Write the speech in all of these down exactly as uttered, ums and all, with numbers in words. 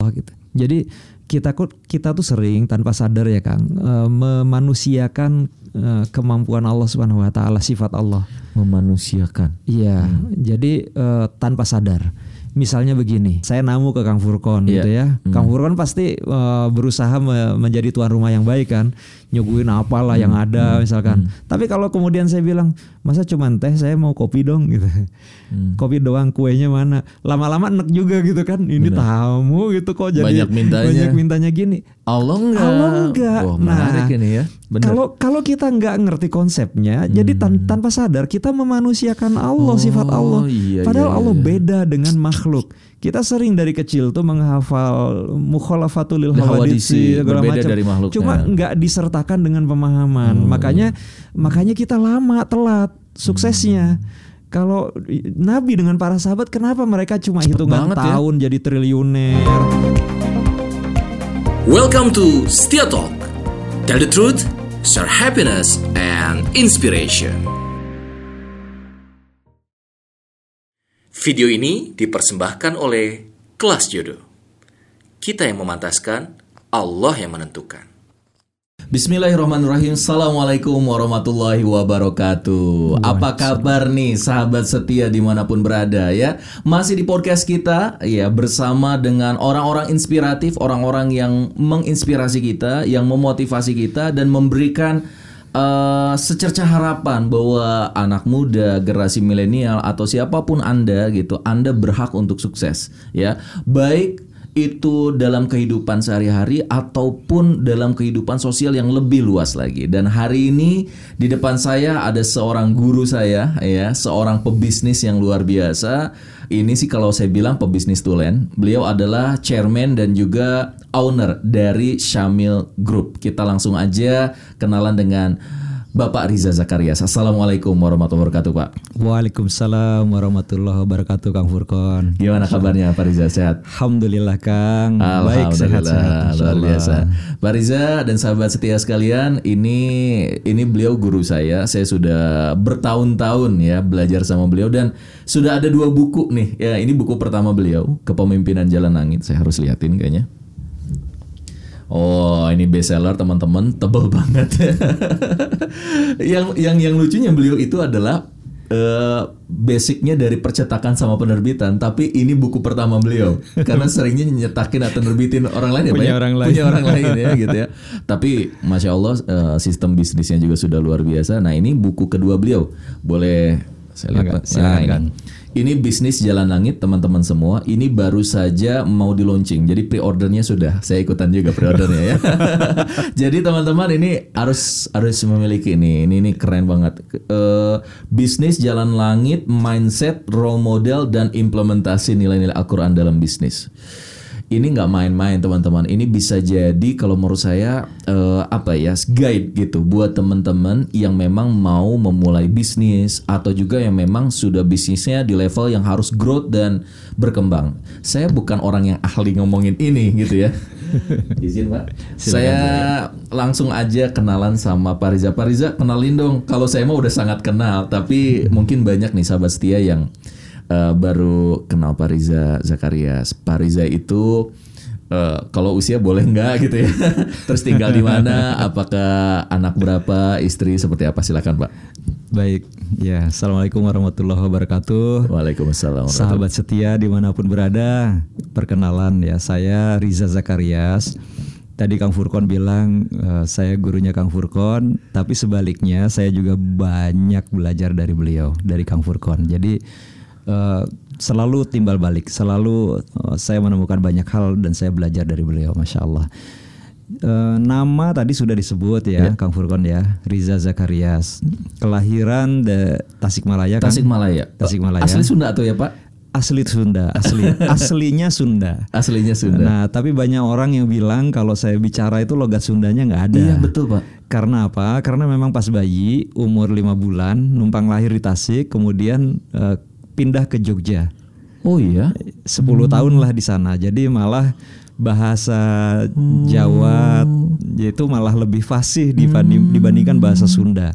Allah gitu. Jadi kita kok kita tuh sering tanpa sadar ya Kang uh, memanusiakan uh, kemampuan Allah Subhanahu wa taala, sifat Allah. Memanusiakan. Iya, hmm. jadi uh, tanpa sadar. Misalnya begini, saya namu ke Kang Furkon yeah. gitu ya. Hmm. Kang Furkon pasti uh, berusaha me- menjadi tuan rumah yang baik kan, nyuguhin apalah hmm. yang ada misalkan. Hmm. Tapi kalau kemudian saya bilang, masa cuma teh, saya mau kopi dong gitu. Hmm. Kopi doang, kuenya mana? Lama-lama enak juga gitu kan. Ini Benar. tamu gitu kok jadi banyak mintanya. Banyak mintanya gini. Allah enggak. Allah enggak. Wah, nah, ini ya. Kalau kalau kita nggak ngerti konsepnya, hmm. jadi tan- tanpa sadar kita memanusiakan Allah, oh, sifat Allah. Iya, Padahal iya, Allah iya. beda dengan makhluk. Kita sering dari kecil tuh menghafal mukhalafatul lil hawaditsi segala macam. Cuma nggak disertakan dengan pemahaman. Hmm. Makanya makanya kita lama telat suksesnya. Hmm. Kalau Nabi dengan para sahabat, kenapa mereka cuma Cepet hitungan tahun ya? Jadi triliuner? Welcome to Setia Talk. Tell the truth, share happiness and inspiration. Video ini dipersembahkan oleh Kelas Jodoh. Kita yang memantaskan, Allah yang menentukan. Bismillahirrahmanirrahim. Assalamualaikum warahmatullahi wabarakatuh. Apa kabar nih sahabat setia dimanapun berada ya? Masih di podcast kita ya, bersama dengan orang-orang inspiratif, orang-orang yang menginspirasi kita, yang memotivasi kita dan memberikan uh, secercah harapan bahwa anak muda, generasi milenial atau siapapun Anda gitu, Anda berhak untuk sukses ya. Baik itu dalam kehidupan sehari-hari ataupun dalam kehidupan sosial yang lebih luas lagi. Dan hari ini di depan saya ada seorang guru saya ya, seorang pebisnis yang luar biasa. Ini sih kalau saya bilang pebisnis tulen. Beliau adalah chairman dan juga owner dari Syamil Group. Kita langsung aja kenalan dengan Bapak Riza Zakarias. Assalamualaikum warahmatullahi wabarakatuh, Pak. Waalaikumsalam warahmatullahi wabarakatuh, Kang Furkon. Gimana kabarnya Pak Riza? Sehat? Alhamdulillah, Kang. Alhamdulillah, baik, sehat-sehat. Luar biasa. Pak Riza dan sahabat setia sekalian, ini ini beliau guru saya. Saya sudah bertahun-tahun ya belajar sama beliau dan sudah ada dua buku nih. Ya, ini buku pertama beliau, Kepemimpinan Jalan Langit. Saya harus liatin kayaknya. Oh, ini bestseller teman-teman, tebal banget. yang yang yang lucunya beliau itu adalah uh, basicnya dari percetakan sama penerbitan, tapi ini buku pertama beliau karena seringnya nyetakin atau nerbitin orang lain ya, punya Pak, orang ya? lain, punya orang lain ya gitu ya. Tapi masya Allah uh, sistem bisnisnya juga sudah luar biasa. Nah ini buku kedua beliau, boleh saya lihat. Nah, ini. Ini bisnis Jalan Langit teman-teman semua. Ini baru saja mau di launching. Jadi pre-ordernya sudah. Saya ikutan juga pre-ordernya ya. Jadi teman-teman ini harus harus memiliki ini. Ini ini keren banget. Uh, bisnis Jalan Langit, mindset, role model dan implementasi nilai-nilai Al-Qur'an dalam bisnis. Ini nggak main-main teman-teman. Ini bisa jadi kalau menurut saya uh, apa ya, guide gitu buat teman-teman yang memang mau memulai bisnis atau juga yang memang sudah bisnisnya di level yang harus growth dan berkembang. Saya bukan orang yang ahli ngomongin ini gitu ya. Izin Pak. Silakan, saya ya. Langsung aja kenalan sama Pak Riza. Pak Riza, kenalin dong. Kalau saya mah udah sangat kenal, tapi mungkin banyak nih sahabat setia yang Uh, baru kenal Pak Riza Zakarias. Pak Riza itu uh, kalau usia boleh nggak gitu ya? Terus tinggal di mana? Apakah anak berapa? Istri seperti apa? Silakan Pak. Baik, ya. Assalamualaikum warahmatullahi wabarakatuh. Waalaikumsalam. Sahabat setia dimanapun berada, perkenalan ya, saya Riza Zakarias. Tadi Kang Furkon bilang uh, saya gurunya Kang Furkon, tapi sebaliknya saya juga banyak belajar dari beliau, dari Kang Furkon. Jadi Uh, selalu timbal balik, selalu uh, saya menemukan banyak hal dan saya belajar dari beliau, masya Allah. Uh, nama tadi sudah disebut ya, yeah. Kang Furkon ya, Riza Zakarias, kelahiran de Tasikmalaya. Tasikmalaya. Kan? Tasikmalaya. Asli Sunda atau ya Pak? Asli Sunda, asli, aslinya Sunda. Aslinya Sunda. Nah, tapi banyak orang yang bilang kalau saya bicara itu logat Sundanya nggak ada. Iya betul Pak. Karena apa? Karena memang pas bayi umur lima bulan numpang lahir di Tasik, kemudian uh, pindah ke Jogja. Oh iya, sepuluh hmm. tahun lah di sana. Jadi malah bahasa hmm. Jawa yaitu malah lebih fasih dibanding, hmm. dibandingkan bahasa Sunda.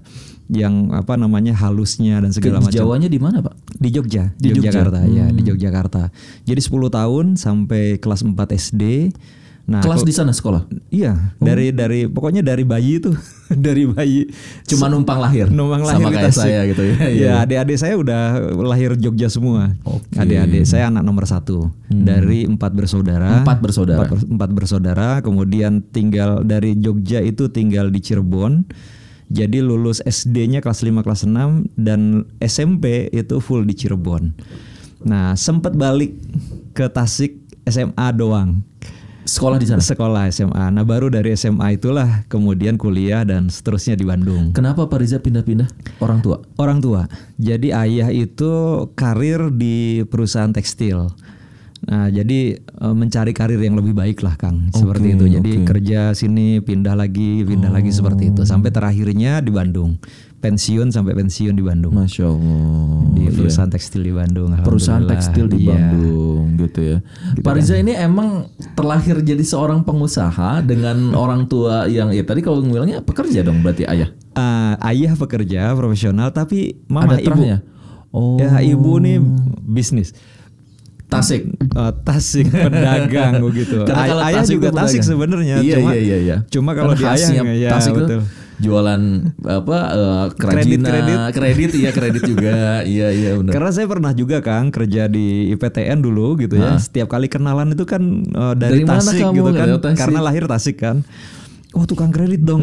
yang apa namanya halusnya dan segala Ke macam. Jawanya di mana, Pak? Di Jogja, Di Yogyakarta Jogja. ya, Hmm. di Yogyakarta. Jadi sepuluh tahun sampai kelas empat S D. Nah, Kelas kalau- di sana sekolah? Iya, dari dari pokoknya dari bayi itu, dari bayi Cuma numpang lahir? numpang lahir sama di kayak Tasik. saya gitu ya? Ya, adik-adik saya udah lahir Jogja semua. Oke. Adik-adik saya anak nomor satu dari empat bersaudara. Empat bersaudara. Empat, ber- empat bersaudara. Kemudian tinggal dari Jogja itu tinggal di Cirebon. Jadi lulus S D-nya kelas lima, kelas enam dan S M P itu full di Cirebon. Nah, sempat balik ke Tasik S M A doang. Sekolah di sana? Sekolah S M A. Nah, baru dari S M A itulah kemudian kuliah dan seterusnya di Bandung. Kenapa Pak Riza pindah-pindah? Orang tua? Orang tua. Jadi ayah itu karir di perusahaan tekstil. Nah, jadi e, mencari karir yang lebih baik lah, Kang. Seperti Oke, itu. Jadi oke. kerja sini, pindah lagi, pindah lagi seperti itu. Sampai terakhirnya di Bandung. Pensiun sampai pensiun di Bandung. Masya Allah. Di Iya. perusahaan tekstil di Bandung. Perusahaan Alhamdulillah. tekstil di Iya. Bandung gitu ya. Pak Riza ini emang terlahir jadi seorang pengusaha dengan orang tua yang ya tadi kalau bilangnya pekerja dong berarti ayah. Ah, ayah pekerja profesional tapi mama Ada ibu. terahnya? Oh. Ya, ibu nih bisnis. Tasik. Uh, Tasik pedagang begitu. Karena Ay- kalau ayah Tasik juga itu Tasik pedagang. sebenarnya. Iya, cuma, iya, iya, iya. Cuma kalau Kan di ayah khasnya ya Tasik tuh betul. jualan apa eh, kerajinan, Kredit, kredit iya kredit juga. Iya iya benar. Karena saya pernah juga Kang kerja di I P T N dulu gitu ya. Setiap kali kenalan itu kan uh, dari, Dari mana Tasik kamu? gitu kan. Dari Tasik. Karena lahir Tasik kan. Oh, tukang kredit dong.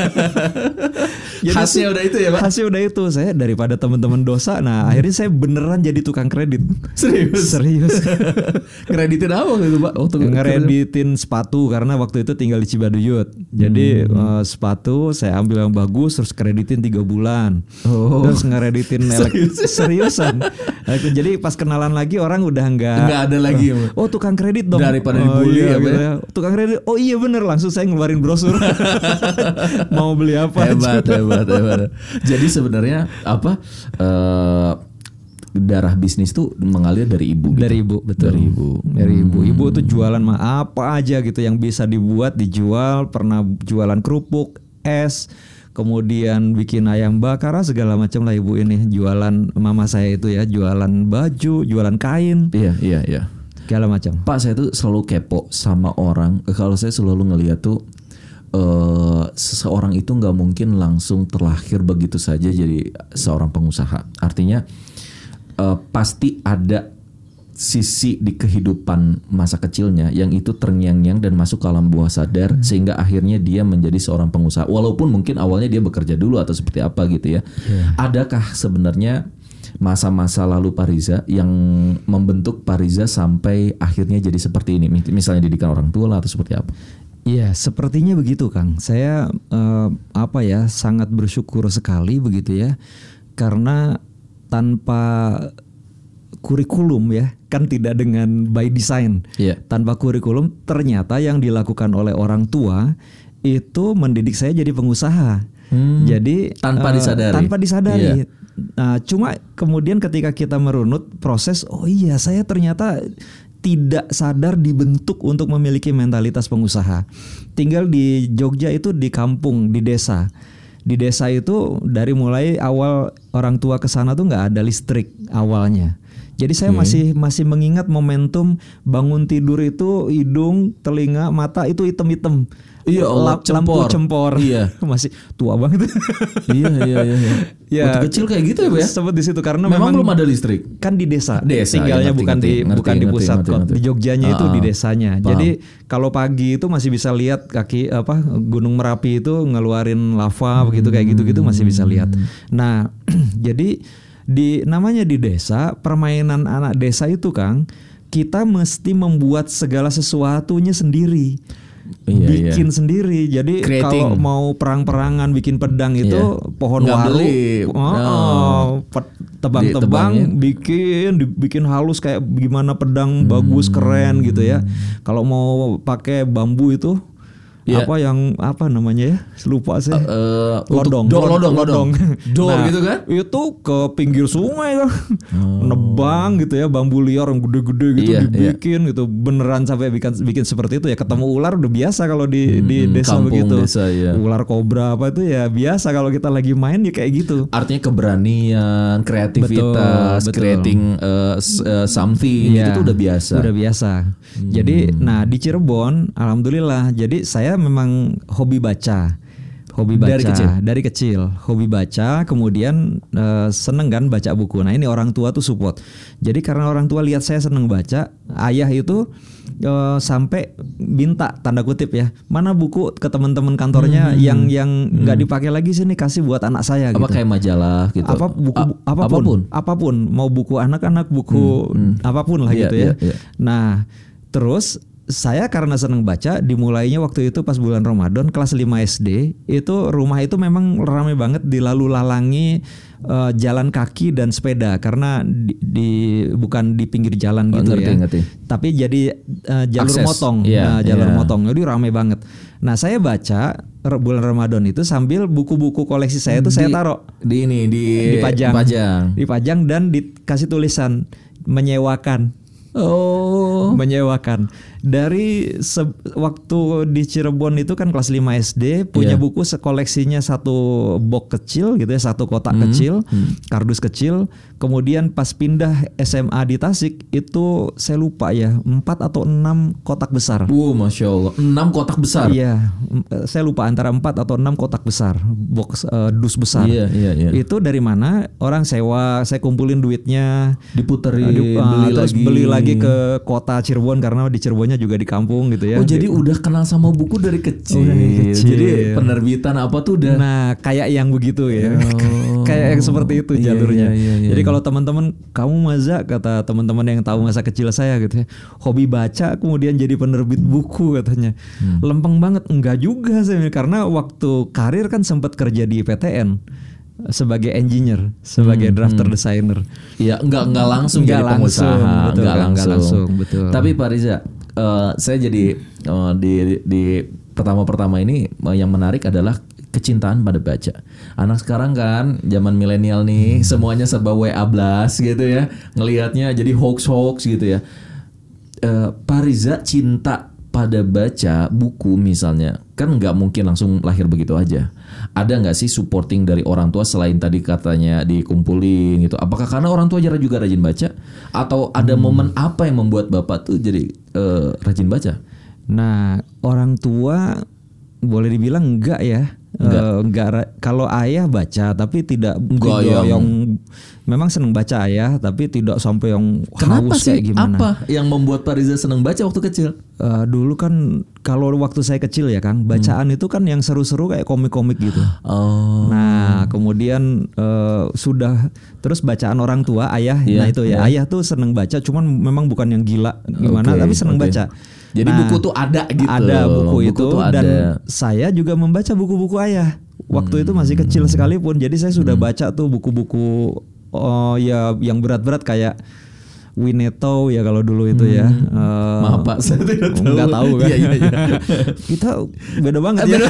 Jadi Khasnya udah itu ya, Pak? Khasnya udah itu. Saya daripada teman-teman dosa. Nah, akhirnya saya beneran jadi tukang kredit. Serius? Serius. Kreditin apa gitu, Pak? Waktu Ngereditin sepatu karena waktu itu tinggal di Cibaduyut. Jadi eh, sepatu saya ambil yang bagus terus kreditin tiga bulan. Oh. Terus ngereditin elek- seriusan. Nah, itu jadi pas kenalan lagi orang udah nggak Nggak ada lagi, ya, Pak? Oh, tukang kredit dong. Daripada Oh, dibully iya, ya, Pak, gitu ya? ya. Tukang kredit. Oh iya bener, langsung saya ngeluarin brosur. Mau beli apa? hebat, hebat, hebat. Jadi sebenarnya apa eh, darah bisnis tuh mengalir dari ibu. Gitu. Dari ibu, betul. Dari ibu. Dari ibu. Ibu tuh jualan mah apa aja gitu yang bisa dibuat dijual. Pernah jualan kerupuk, es, kemudian bikin ayam bakar segala macam lah ibu ini. Jualan mama saya itu ya, jualan baju, jualan kain, Iya, iya, iya. segala macam. Pak, saya tuh selalu kepo sama orang. Eh, Kalau saya selalu ngeliat tuh eh seseorang itu nggak mungkin langsung terlahir begitu saja jadi seorang pengusaha. Artinya eh, pasti ada sisi di kehidupan masa kecilnya yang itu terngiang-ngiang dan masuk ke alam bawah sadar hmm. sehingga akhirnya dia menjadi seorang pengusaha. Walaupun mungkin awalnya dia bekerja dulu atau seperti apa gitu ya. Yeah. Adakah sebenarnya masa-masa lalu Pak Riza yang membentuk Pak Riza sampai akhirnya jadi seperti ini? Misalnya didikan orang tua lah atau seperti apa? Iya, sepertinya begitu, Kang. Saya eh, apa ya sangat bersyukur sekali begitu ya, karena tanpa kurikulum ya, kan tidak dengan by design. Iya. Tanpa kurikulum, ternyata yang dilakukan oleh orang tua itu mendidik saya jadi pengusaha. Hmm, Jadi tanpa eh, disadari. Tanpa disadari. Iya. Nah, cuma kemudian ketika kita merunut proses, oh iya saya ternyata tidak sadar dibentuk untuk memiliki mentalitas pengusaha. Tinggal di Jogja itu di kampung, di desa. Di desa itu dari mulai awal orang tua ke sana tuh nggak ada listrik awalnya. Jadi saya Hmm. masih masih mengingat momentum bangun tidur itu hidung, telinga, mata itu hitam-hitam. Iya, Allah, La- lampu cempor. cempor. Iya. Masih tua banget. iya iya iya. iya. Ya, waktu kecil kayak gitu ya, Pak ya? Sempet di situ karena Memang, memang, belum ada listrik. kan di desa. Desa, Tinggalnya ya, ngerti, bukan ngerti, di ngerti, bukan di ngerti, pusat ngerti, kota. ngerti. Di Jogjanya itu Ah, di ah. desanya. Paham. Jadi kalau pagi itu masih bisa lihat kaki apa Gunung Merapi itu ngeluarin lava begitu kayak gitu-gitu masih bisa lihat. Nah, jadi di namanya di desa, permainan anak desa itu, Kang, kita mesti membuat segala sesuatunya sendiri. Iya, bikin iya. sendiri. Jadi Creating. kalau mau perang-perangan bikin pedang itu Iya. pohon Nggak waru, beli. oh, Oh. oh, pe- tebang-tebang, Ditebangnya. bikin dibikin halus kayak gimana pedang bagus keren gitu ya. Kalau mau pakai bambu itu Yeah. Apa yang apa namanya ya? Lupa saya. Uh, lodong, do, lodong, lodong, do nah, gitu kan? Itu ke pinggir sungai kan, oh. nebang gitu ya, bambu liar yang gede-gede gitu yeah, dibikin yeah. gitu, beneran sampai bikin bikin seperti itu ya. Ketemu ular udah biasa kalau di hmm, di desa begitu. Desa, ya. Ular kobra apa itu ya biasa kalau kita lagi main ya kayak gitu. Artinya keberanian, kreativitas, betul, betul. creating uh, uh, something yeah, itu tuh udah biasa. Udah biasa. Hmm. Jadi, nah di Cirebon, alhamdulillah. Jadi saya memang hobi baca, hobi baca dari kecil, dari kecil hobi baca, kemudian uh, seneng kan baca buku. Nah ini orang tua tuh support. Jadi karena orang tua lihat saya seneng baca, ayah itu uh, sampai minta tanda kutip ya, mana buku ke teman-teman kantornya hmm, yang yang nggak hmm. dipakai lagi sini kasih buat anak saya. Apa gitu. Kayak majalah gitu. Apa buku A- apapun, apapun, apapun, mau buku anak-anak, buku hmm, hmm. apapun lah yeah, gitu ya. Yeah, yeah. Nah terus saya karena seneng baca, dimulainya waktu itu pas bulan Ramadan kelas lima S D, itu rumah itu memang ramai banget dilalu lalangi uh, jalan kaki dan sepeda karena di, di bukan di pinggir jalan gitu ngerti, ya, ngerti. Tapi jadi uh, jalur Akses. motong, yeah, nah, jalur yeah. motong, jadi ramai banget. Nah saya baca bulan Ramadan itu sambil buku-buku koleksi saya itu saya taruh di ini di dipajang, dipajang, dipajang dan dikasih tulisan menyewakan. Oh, menyewakan. Dari se- waktu di Cirebon itu kan kelas lima S D punya yeah. buku sekoleksinya satu box kecil gitu ya, satu kotak hmm. kecil, hmm. kardus kecil. Kemudian pas pindah S M A di Tasik itu saya lupa ya, empat atau enam kotak besar. Wow, Masya Allah, enam kotak besar. Iya, saya lupa antara empat atau enam kotak besar, box uh, dus besar. Iya, iya, iya. Itu dari mana? Orang sewa, saya kumpulin duitnya, diputerin, uh, beli terus lagi. beli lagi ke kota Cirebon karena di Cirebonnya juga di kampung gitu ya. Oh jadi udah kenal sama buku dari kecil. Oh, dari kecil. Jadi penerbitan apa tuh udah. Nah kayak yang begitu ya. Oh. Kayak yang seperti itu jalurnya. Iya, iya, iya, jadi iya. kalau teman-teman kamu Maza, kata teman-teman yang tahu masa kecil saya gitu ya, hobi baca kemudian jadi penerbit buku katanya. Hmm. Lempeng banget. Enggak juga saya, karena waktu karir kan sempat kerja di P T N sebagai engineer, sebagai hmm, drafter hmm. designer. Ya enggak enggak langsung enggak jadi langsung, pengusaha, betul, enggak kan, langsung. Enggak langsung, betul. Tapi Pak Riza, uh, saya jadi uh, di di pertama-pertama ini uh, yang menarik adalah kecintaan pada baca. Anak sekarang kan zaman milenial nih, hmm. semuanya serba W A blast gitu ya. Ngelihatnya jadi hoax-hoax gitu ya. Uh, Pak Riza cinta pada baca buku misalnya, kan nggak mungkin langsung lahir begitu aja. Ada nggak sih supporting dari orang tua selain tadi katanya dikumpulin gitu? Apakah karena orang tua juga rajin baca, atau ada hmm. momen apa yang membuat bapak tuh jadi uh, rajin baca? Nah, orang tua boleh dibilang enggak ya. Enggak. Uh, enggak. Kalau ayah baca tapi tidak, enggak tidak yang, yang memang senang baca ayah tapi tidak sampai yang kenapa haus sih? Kayak gimana. Apa yang membuat Pak Riza senang baca waktu kecil? Uh, dulu kan kalau waktu saya kecil ya Kang, bacaan hmm. itu kan yang seru-seru kayak komik-komik gitu. Oh. Nah, kemudian uh, sudah terus bacaan orang tua, ayah, yeah, nah itu ya, yeah. ayah tuh senang baca, cuman memang bukan yang gila gimana, okay, tapi senang okay. baca. Jadi nah, buku tuh ada gitu. Ada buku, buku itu ada. Dan saya juga membaca buku-buku ayah. Waktu hmm. itu masih kecil sekalipun. Jadi saya sudah hmm. baca tuh buku-buku oh ya yang berat-berat kayak Winnetou ya kalau dulu itu ya. Hmm. Uh, Maaf Pak, saya tidak tahu. Enggak tahu kan. Iya, iya, iya. Kita beda banget ya.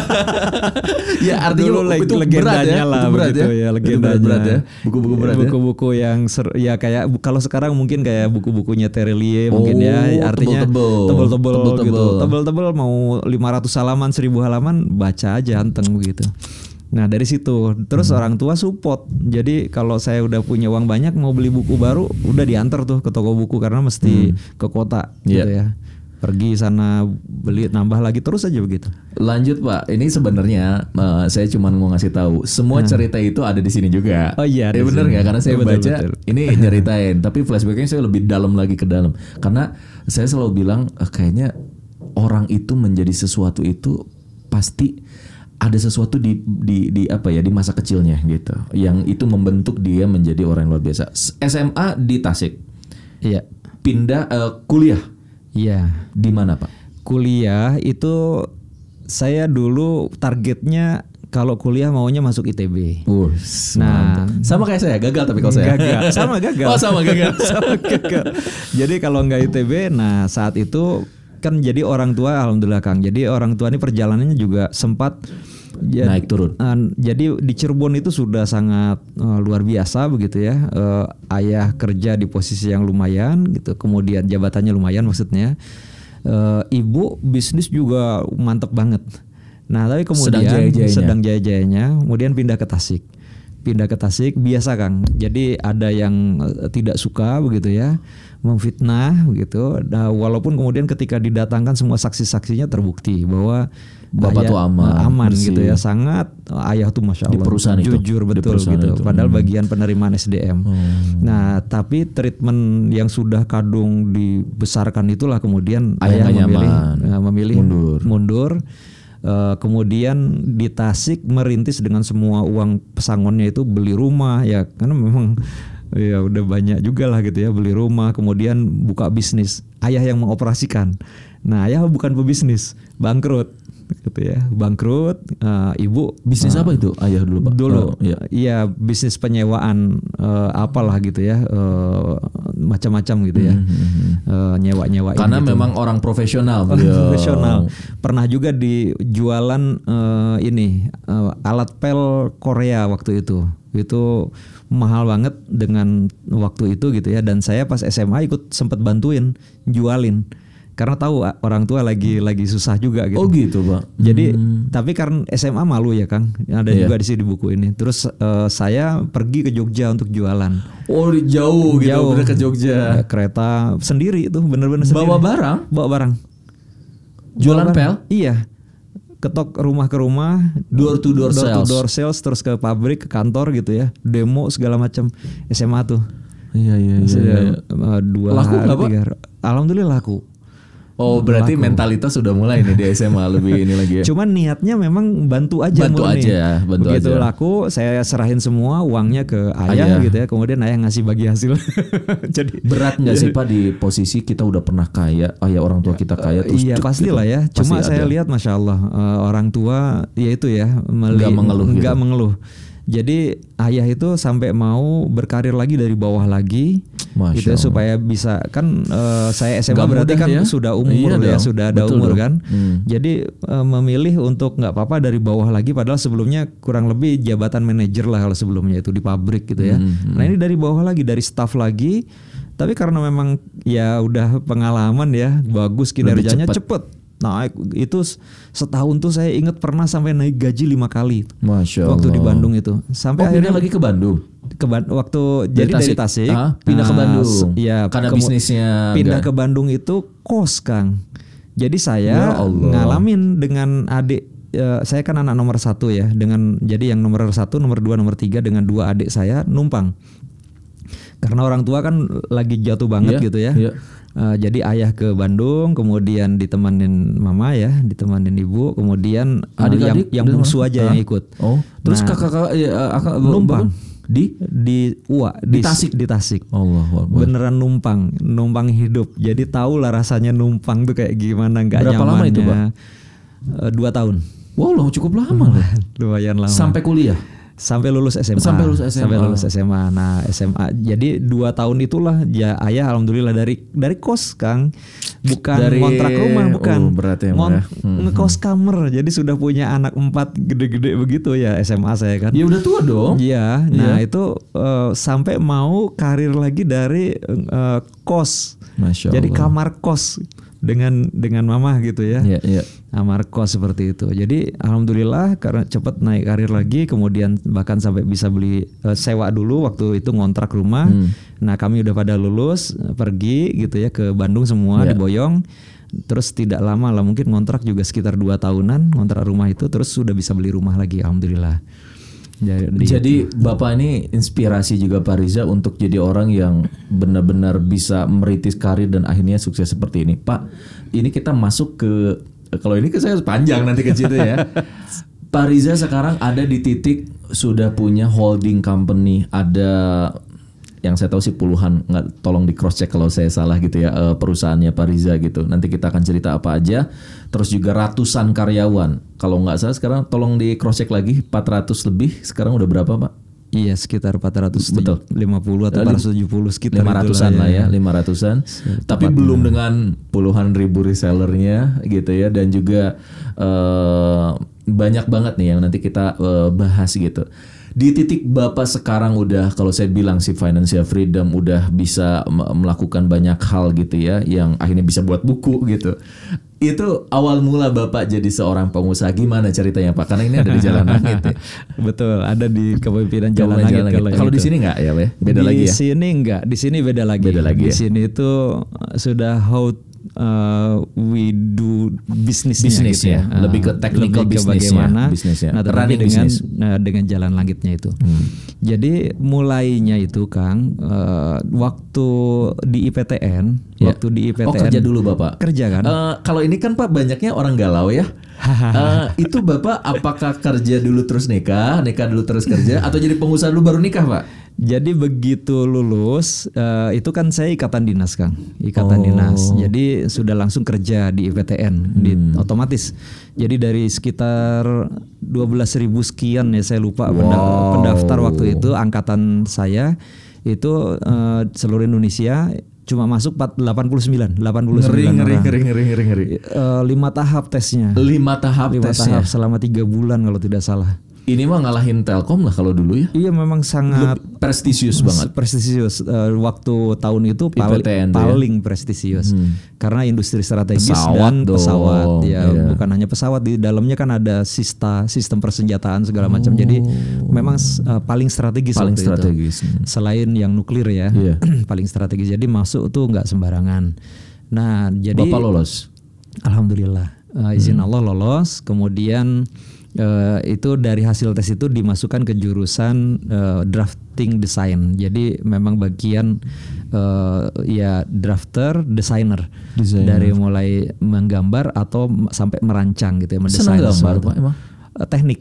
Ya artinya dulu itu legendanya berat ya, lah itu berat begitu ya, ya, legendanya. Berat ya. Buku-buku berat ya. Buku-buku yang ser, ya kayak kalau sekarang mungkin kayak buku-bukunya Terelie oh, mungkin ya, artinya tebel-tebel gitu. Tebel-tebel mau lima ratus halaman, seribu halaman baca aja anteng begitu. Nah dari situ terus hmm. orang tua support. Jadi kalau saya udah punya uang banyak mau beli buku baru, udah diantar tuh ke toko buku karena mesti hmm. ke kota gitu yeah. ya. Pergi sana beli nambah lagi terus aja begitu. Lanjut Pak, ini sebenarnya uh, saya cuma mau ngasih tahu semua nah. cerita itu ada di sini juga. Oh iya. Ya benar nggak? Karena saya betul, baca betul. ini nyeritain, tapi flashbacknya saya lebih dalam lagi ke dalam. Karena saya selalu bilang uh, kayaknya orang itu menjadi sesuatu itu pasti ada sesuatu di di di apa ya di masa kecilnya gitu, yang itu membentuk dia menjadi orang yang luar biasa. S M A di Tasik. Iya. Pindah uh, kuliah. Iya. Di mana Pak? Kuliah itu saya dulu targetnya kalau kuliah maunya masuk I T B. Uh, nah, mantap. Sama kayak saya, gagal tapi kalau saya. Gagal. Sama gagal. Oh, sama gagal. Sama gagal. Jadi kalau nggak I T B, nah saat itu kan jadi orang tua alhamdulillah Kang. Jadi orang tua ini perjalanannya juga sempat jad, naik turun. Uh, jadi di Cirebon itu sudah sangat uh, luar biasa begitu ya. Uh, ayah kerja di posisi yang lumayan gitu. Kemudian jabatannya lumayan maksudnya. Uh, ibu bisnis juga mantep banget. Nah tapi kemudian sedang jaya-jayanya. sedang jaya-jayanya, kemudian pindah ke Tasik. Pindah ke Tasik biasa Kang. Jadi ada yang uh, tidak suka begitu ya, memfitnah begitu. Nah, walaupun kemudian ketika didatangkan semua saksi-saksinya terbukti bahwa Bapak ayah, tuh aman, uh, aman bersih. gitu ya, sangat ayah tuh masya Allah Di perusahaan jujur itu. betul Di gitu. itu. Padahal hmm. bagian penerimaan S D M. Hmm. Nah tapi treatment yang sudah kadung dibesarkan itulah kemudian Ayah ayah nggak memilih nyaman. uh, memilih Mundur. mundur. Uh, kemudian di Tasik merintis dengan semua uang pesangonnya itu beli rumah ya, karena memang ya udah banyak juga lah gitu ya, beli rumah, kemudian buka bisnis. Ayah yang mengoperasikan. Nah ayah bukan pebisnis, bangkrut gitu ya, bangkrut. Uh, ibu Bisnis uh, apa itu ayah dulu Pak? Dulu, Oh, iya. iya bisnis penyewaan uh, apalah gitu ya, uh, macam-macam gitu ya, Mm-hmm. uh, nyewa-nyewain. Karena gitu. memang orang profesional. Orang beliau. profesional. Pernah juga di jualan uh, ini uh, alat pel Korea waktu itu. Itu mahal banget dengan waktu itu gitu ya. Dan saya pas S M A ikut sempat bantuin jualin. Karena tahu orang tua lagi lagi susah juga gitu. Oh gitu Pak. Jadi Hmm. tapi karena S M A malu ya Kang. Ada Iya. juga di sini di buku ini. Terus uh, saya pergi ke Jogja untuk jualan. Oh jauh gitu, Jauh. bener ke Jogja. Ya, kereta sendiri itu bener-bener sendiri. Bawa barang? Bawa barang. Jualan Bawa barang. pel? Iya. Ketok rumah ke rumah, Door to door door sales. to door sales, terus ke pabrik, ke kantor gitu ya, demo segala macam. S M A tuh. Iya iya iya. Sudah, iya. uh, dua Laku hari, nggak, Pak? tiga hari. Alhamdulillah laku. Oh berarti Laku. mentalitas sudah mulai nih di S M A lebih ini lagi ya. Cuman niatnya memang bantu aja. Bantu murni. aja, bantu Begitu aja. laku, saya serahin semua uangnya ke ayah, Ayah. gitu ya. Kemudian ayah ngasih bagi hasil. Jadi Berat nggak sih Pak di posisi kita udah pernah kaya, ayah orang tua kita kaya terus iya cuk pastilah gitu. ya. Cuma Pasti saya ada. lihat masya Allah uh, orang tua ya itu ya meli- Nggak mengeluh nggak gitu. mengeluh. Jadi ayah itu sampai mau berkarir lagi dari bawah lagi, Masya gitu ya, Allah. supaya bisa kan uh, saya S M A Nggak berarti mudah kan ya. sudah umur Iya ya dong. sudah ada Betul umur dong. kan. Hmm. Jadi uh, memilih untuk nggak apa-apa dari bawah lagi, padahal sebelumnya kurang lebih jabatan manajer lah kalau sebelumnya itu di pabrik gitu ya. Hmm, hmm. Nah ini dari bawah lagi, dari staff lagi, tapi karena memang ya udah pengalaman ya, bagus kinerjanya cepat. cepet. Nah itu setahun tuh saya ingat pernah sampai naik gaji lima kali. Masya Waktu di Allah. Bandung itu. Sampai Oh, akhirnya pindah lagi ke Bandung. ke Ban- waktu Dari jadi dari Tasik Ah, pindah ke nah, Bandung. s- ya Karena kemu- bisnisnya pindah enggak- ke Bandung itu kos Kang. Jadi Ya saya Allah. ngalamin dengan adik eh, saya kan anak nomor satu ya, dengan jadi yang nomor satu, nomor dua, nomor tiga dengan dua adik saya numpang. Karena orang tua kan lagi jatuh banget Iya, gitu ya. iya. Uh, jadi ayah ke Bandung, kemudian ditemanin mama ya, ditemanin ibu, kemudian uh, Adik-adik yang, yang udah bungsu mana? aja Hah? yang ikut. Oh, terus Nah, kakak-kakak ya, akak numpang di di Ua Di Tasik? di Tasik. Allah Beneran numpang, numpang hidup. Jadi tahu lah rasanya numpang tuh kayak gimana, nggak Berapa nyamannya. lama itu, Pak? Uh, dua tahun. Wow, loh, cukup lama loh. Lumayan lama. Sampai kuliah. Sampai lulus S M A. Sampai lulus S M A. Sampai lulus S M A. Nah S M A. Jadi dua tahun itulah ya ayah alhamdulillah dari dari kos Kang, bukan Dari- kontrak rumah, bukan. oh, berarti emang ya. Hmm, ngekos kamar. Jadi sudah punya anak empat gede-gede begitu ya S M A saya kan. Ya udah tua dong. Iya. Nah itu eh, sampai mau karir lagi dari eh, kos. Masya Jadi Allah. kamar kos dengan dengan mama gitu ya. Iya, iya. Kamar kos seperti itu. Jadi alhamdulillah karena cepat naik karir lagi, kemudian bahkan sampai bisa beli eh, sewa dulu waktu itu ngontrak rumah. Hmm. Nah kami udah pada lulus eh, pergi gitu ya ke Bandung semua Ya. di Boyong. Terus tidak lama lah mungkin ngontrak juga sekitar dua tahunan ngontrak rumah itu, terus sudah bisa beli rumah lagi alhamdulillah. Jadi, Jadi Bapak ini inspirasi juga Pak Riza untuk jadi orang yang benar-benar bisa meritis karir dan akhirnya sukses seperti ini. Pak, ini kita masuk ke, kalau ini ke saya panjang nanti ke situ ya. Pak Riza sekarang ada di titik sudah punya holding company, ada yang saya tahu sih puluhan, nggak, tolong di cross check kalau saya salah gitu ya, eh, perusahaannya Pak Riza gitu. Nanti kita akan cerita apa aja. Terus juga ratusan karyawan. Kalau nggak salah sekarang tolong di cross check lagi, empat ratus lebih. Sekarang udah berapa Pak? Iya sekitar empat ratus lima puluh atau empat ratus tujuh puluh sekitar lima ratusan lah ya, lima ratusan. Tapi belum dengan puluhan ribu resellernya gitu ya, dan juga uh, banyak banget nih yang nanti kita uh, bahas gitu. Di titik Bapak sekarang udah, kalau saya bilang sih financial freedom, udah bisa melakukan banyak hal gitu ya, yang akhirnya bisa buat buku gitu. Itu awal mula Bapak jadi seorang pengusaha gimana ceritanya Pak? Karena ini ada di Jalan Langit ya. Betul, ada di kepemimpinan Jalan Langit. Kalau, kalau di sini enggak ya, Be? Beda di lagi ya? Di sini enggak, di sini beda lagi. Beda lagi di ya? sini itu sudah how uh, we do bisnisnya bisnis gitu ya. ya. Lebih ke technical lebih ke bisnisnya, bagaimana bisnisnya. Nah, tetapi Running dengan business. uh, dengan Jalan Langitnya itu. Hmm. Jadi mulainya itu Kang uh, waktu di I P T N, ya. waktu di I P T N. Oh, kerja dulu Bapak. Kerja kan? Uh, kalau ini kan Pak banyaknya orang galau ya. uh, itu Bapak apakah kerja dulu terus nikah, nikah dulu terus kerja, atau jadi pengusaha dulu baru nikah Pak? Jadi begitu lulus uh, itu kan saya ikatan dinas Kang, ikatan oh. dinas. Jadi sudah langsung kerja di I P T N, hmm. di, otomatis. Jadi dari sekitar dua belas ribu sekian ya saya lupa wow. pendaftar waktu itu angkatan saya itu uh, seluruh Indonesia cuma masuk delapan puluh sembilan ngeri, orang. Ngeri ngeri ngeri ngeri ngeri. Uh, lima tahap tesnya. Lima tahap lima tesnya. tahap selama tiga bulan kalau tidak salah. Ini mah ngalahin Telkom lah kalau dulu ya. Iya memang sangat Lebih prestisius banget. Prestisius uh, waktu tahun itu pali, paling ya? prestisius hmm. karena industri strategis pesawat dan dong. pesawat ya yeah. Bukan hanya pesawat, di dalamnya kan ada sista, sistem persenjataan segala macam. Oh. Jadi memang uh, paling strategis paling waktu strategis. itu. Selain yang nuklir ya, yeah. paling strategis. Jadi masuk tuh nggak sembarangan. Nah jadi Bapak lolos. Alhamdulillah uh, izin hmm. Allah lolos. Kemudian Uh, itu dari hasil tes itu dimasukkan ke jurusan uh, drafting design. Jadi memang bagian uh, ya drafter, designer. designer. Dari mulai menggambar atau sampai merancang gitu ya, mendesain gambar Pak emang? Uh, teknik.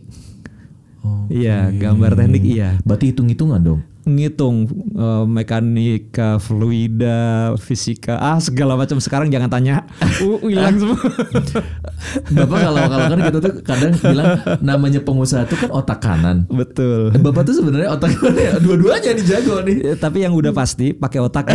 Iya, okay. gambar teknik iya. Berarti hitung-hitungan dong. Ngitung uh, mekanika, fluida, fisika, ah segala macam. Sekarang jangan tanya, uh, hilang semua. Bapak kalau kalau kan kita tuh kadang bilang namanya pengusaha itu kan otak kanan. Betul. Bapak tuh sebenarnya otak kanan, dua-duanya dijago nih. Ya, tapi yang udah pasti pakai otak.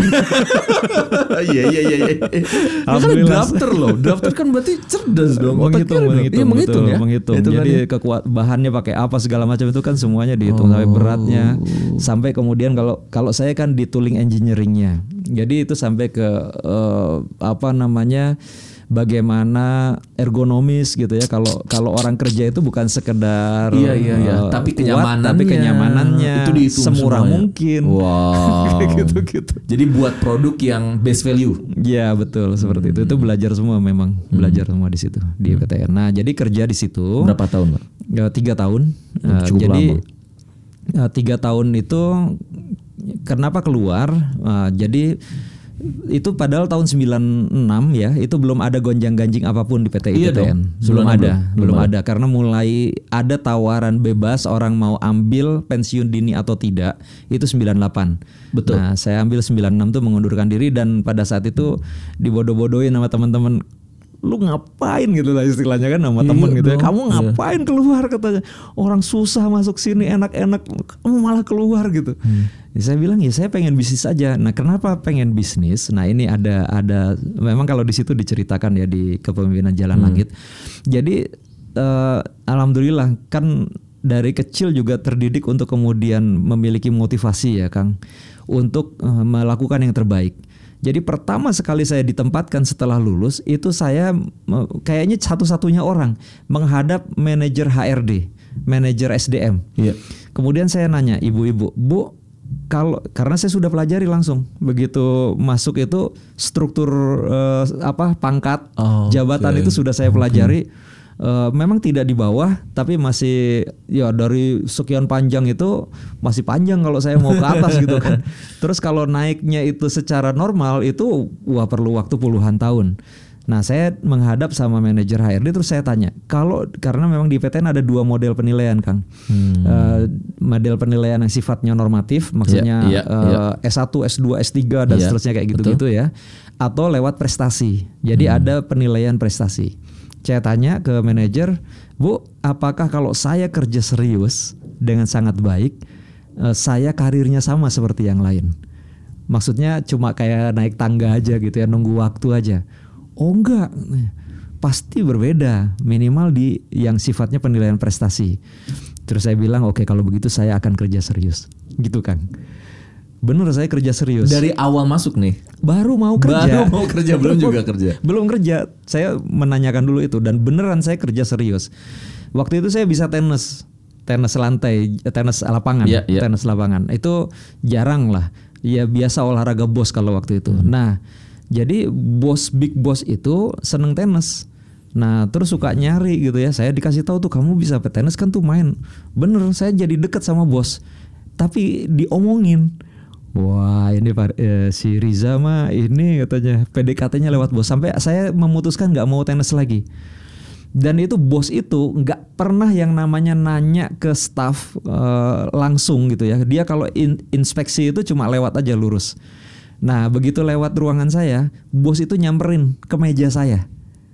Iya iya iya. Kan drafter loh, drafter kan berarti cerdas dong. Menghitung, menghitung, iya, menghitung ya. Menghitung. Jadi kekuat bahannya pakai apa segala macam itu kan semuanya dihitung oh. sampai beratnya, sampai kemudian kalau kalau saya kan di tooling engineeringnya, jadi itu sampai ke uh, apa namanya bagaimana ergonomis gitu ya. Kalau kalau orang kerja itu bukan sekedar iya iya iya, uh, tapi kenyamanannya, tapi kenyamanannya itu dihitung semurah semuanya. Mungkin. Wow. gitu gitu. Jadi buat produk yang best value. Iya betul seperti hmm. itu. Itu belajar semua memang hmm. belajar semua di situ di I P T N. Nah jadi kerja di situ. Berapa tahun Pak? Ya, tiga tahun. Uh, jadi lama. Uh, tiga tahun itu kenapa keluar? Uh, jadi itu padahal tahun sembilan enam ya, itu belum ada gonjang-ganjing apapun di P T I iya P T N. Dong. Belum ada, belum, belum ada. ada karena mulai ada tawaran bebas orang mau ambil pensiun dini atau tidak, itu sembilan delapan. Betul. Nah, saya ambil sembilan enam tuh mengundurkan diri, dan pada saat itu dibodoh-bodohin sama teman-teman. Lu ngapain gitu lah istilahnya kan sama temen gitu ya. Kamu ngapain iya. keluar katanya. Orang susah masuk sini enak-enak, kamu malah keluar gitu. Hmm. Ya, saya bilang ya saya pengen bisnis aja. Nah kenapa pengen bisnis? Nah ini ada ada memang kalau di situ diceritakan ya di kepemimpinan Jalan hmm. Langit. Jadi uh, alhamdulillah kan dari kecil juga terdidik untuk kemudian memiliki motivasi ya Kang untuk uh, melakukan yang terbaik. Jadi pertama sekali saya ditempatkan setelah lulus itu saya kayaknya satu-satunya orang menghadap manajer H R D, manajer S D M. Iya. Kemudian saya nanya ibu-ibu, Bu, kalau karena saya sudah pelajari langsung begitu masuk itu struktur uh, apa pangkat oh, jabatan okay. itu sudah saya pelajari. Okay. Uh, memang tidak di bawah, tapi masih ya dari sekian panjang itu masih panjang kalau saya mau ke atas gitu kan. Terus kalau naiknya itu secara normal itu wah perlu waktu puluhan tahun. Nah saya menghadap sama manajer H R D terus saya tanya, kalau karena memang di P T N ada dua model penilaian Kang, hmm. uh, model penilaian yang sifatnya normatif, maksudnya yeah, yeah, uh, yeah. S satu, S dua, S tiga dan yeah, seterusnya kayak gitu-gitu ya, atau lewat prestasi. Jadi hmm. ada penilaian prestasi. Saya tanya ke manajer, Bu, apakah kalau saya kerja serius dengan sangat baik, uh, saya karirnya sama seperti yang lain. Maksudnya cuma kayak naik tangga aja gitu ya, nunggu waktu aja. Oh enggak, pasti berbeda, minimal di yang sifatnya penilaian prestasi. Terus saya bilang oke okay, kalau begitu saya akan kerja serius, gitu Kang. Bener, saya kerja serius. Dari awal masuk nih? Baru mau kerja. Baru mau kerja, belum juga kerja? Belum kerja, saya menanyakan dulu itu dan beneran saya kerja serius. Waktu itu saya bisa tenis, tenis lantai, tenis lapangan, yeah, yeah. tenis lapangan. Itu jarang lah. Ya biasa olahraga bos kalau waktu itu. Hmm. Nah, jadi bos big boss itu seneng tenis. Nah, terus suka nyari gitu ya. Saya dikasih tahu tuh kamu bisa tenis kan tuh main. Bener, saya jadi deket sama bos. Tapi diomongin. Wah, ini eh, si Riza mah ini katanya P D K T-nya lewat bos. Sampai saya memutuskan nggak mau tenis lagi. Dan itu bos itu nggak pernah yang namanya nanya ke staff uh, langsung gitu ya. Dia kalau in, inspeksi itu cuma lewat aja lurus. Nah begitu lewat ruangan saya, bos itu nyamperin ke meja saya,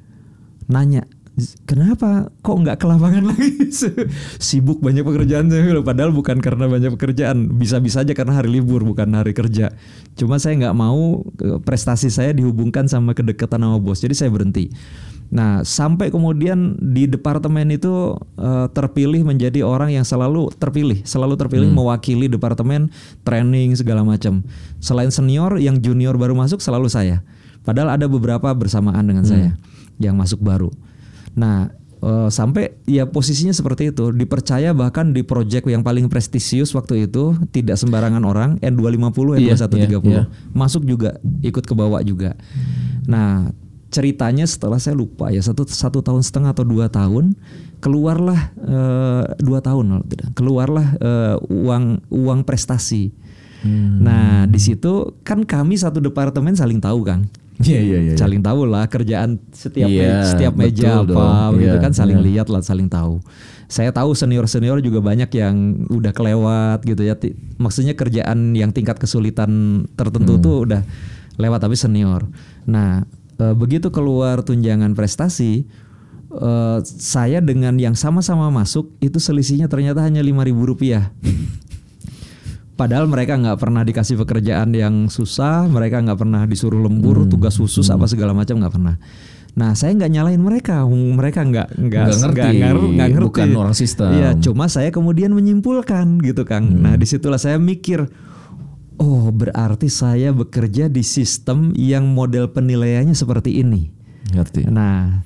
nanya, kenapa kok nggak ke lapangan lagi? Sibuk banyak pekerjaan. Padahal bukan karena banyak pekerjaan, bisa-bisa aja karena hari libur bukan hari kerja. Cuma saya nggak mau prestasi saya dihubungkan sama kedekatan sama bos, jadi saya berhenti. Nah, sampai kemudian di departemen itu uh, terpilih menjadi orang yang selalu terpilih, selalu terpilih hmm. mewakili departemen, training segala macam. Selain senior, yang junior baru masuk selalu saya. Padahal ada beberapa bersamaan dengan hmm. saya yang masuk baru. Nah, uh, sampai ya posisinya seperti itu, dipercaya bahkan di proyek yang paling prestisius waktu itu, tidak sembarangan orang, N dua lima nol, N dua satu tiga nol, yeah, yeah, yeah. masuk juga, ikut ke bawah juga. Nah, ceritanya setelah saya lupa ya satu satu tahun setengah atau dua tahun keluarlah uh, dua tahun tidak keluarlah uh, uang uang prestasi. Hmm. Nah di situ kan kami satu departemen saling tahu Kang. Iya iya iya. Saling tahu lah kerjaan setiap yeah, me- setiap meja apa dong. gitu yeah, kan saling yeah. lihat lah, saling tahu. Saya tahu senior-senior juga banyak yang udah kelewat gitu ya. Maksudnya kerjaan yang tingkat kesulitan tertentu hmm. tuh udah lewat tapi senior. Nah Uh, begitu keluar tunjangan prestasi, uh, saya dengan yang sama-sama masuk itu selisihnya ternyata hanya lima ribu rupiah. Padahal mereka nggak pernah dikasih pekerjaan yang susah, mereka nggak pernah disuruh lembur, hmm. tugas khusus hmm. apa segala macam nggak pernah. Nah, saya nggak nyalain mereka, mereka nggak nggak ngerti, nggak ngerti, bukan orang sistem. Iya, cuma saya kemudian menyimpulkan gitu Kang. Hmm. Nah, disitulah saya mikir. Oh, berarti saya bekerja di sistem yang model penilaiannya seperti ini. Ngerti. Nah,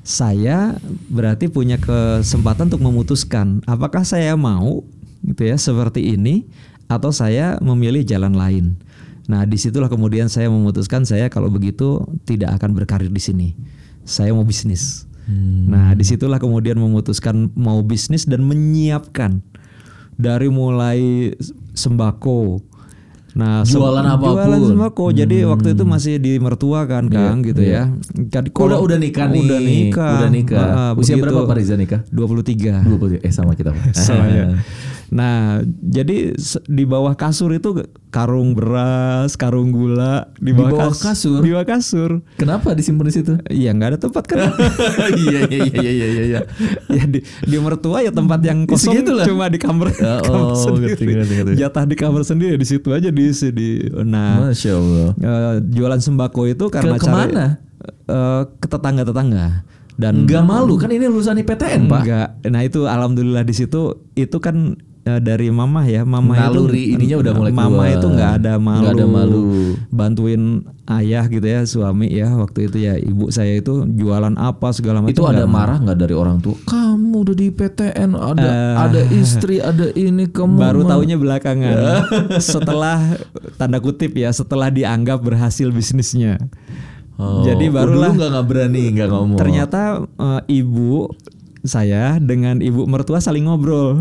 saya berarti punya kesempatan untuk memutuskan apakah saya mau gitu ya seperti ini atau saya memilih jalan lain. Nah, disitulah kemudian saya memutuskan saya kalau begitu tidak akan berkarir di sini. Saya mau bisnis. Hmm. Nah, disitulah kemudian memutuskan mau bisnis dan menyiapkan dari mulai sembako. Nah, jualan sem- apapun. Jualan sembako. Hmm. Jadi waktu itu masih di mertua kan, Kang, yeah, gitu yeah. ya. Udah udah nikah nih. Udah nikah. Udah nikah. Uh, Usia begitu, berapa Pak Riza nikah? dua puluh tiga. dua puluh tiga. Eh sama kita, Pak. Sama ya. Nah, jadi di bawah kasur itu karung beras, karung gula di bawah, di bawah kas- kasur. Di bawah kasur. Kenapa disimpan di situ? Iya, nggak ada tempat kan. Iya iya iya iya iya iya. Ya di, di mertua ya tempat yang kosong cuma di kamar, ya, kamar oh, sendiri. Ngerti, ngerti, ngerti. Jatah di kamar sendiri di situ aja diisi di. Nah, Masya Allah. Uh, jualan sembako itu karena Ke, cari kemana? Uh, ke tetangga-tetangga. Dan nggak malu kan ini lulusan I P T N Pak. Enggak. Nah itu alhamdulillah di situ itu kan uh, dari mama ya, mama naluri itu ininya udah mulai mama keluar. itu nggak ada malu, nggak ada malu, bantuin ayah gitu ya, suami ya waktu itu ya, ibu saya itu jualan apa segala macam. Itu ada marah nggak dari orang tua? Kamu udah di I P T N, ada uh, ada istri, ada ini, kamu baru taunya belakangan. Setelah tanda kutip ya, setelah dianggap berhasil bisnisnya. Oh, jadi barulah dulu nggak berani nggak ngomong. Ternyata uh, ibu saya dengan ibu mertua saling ngobrol.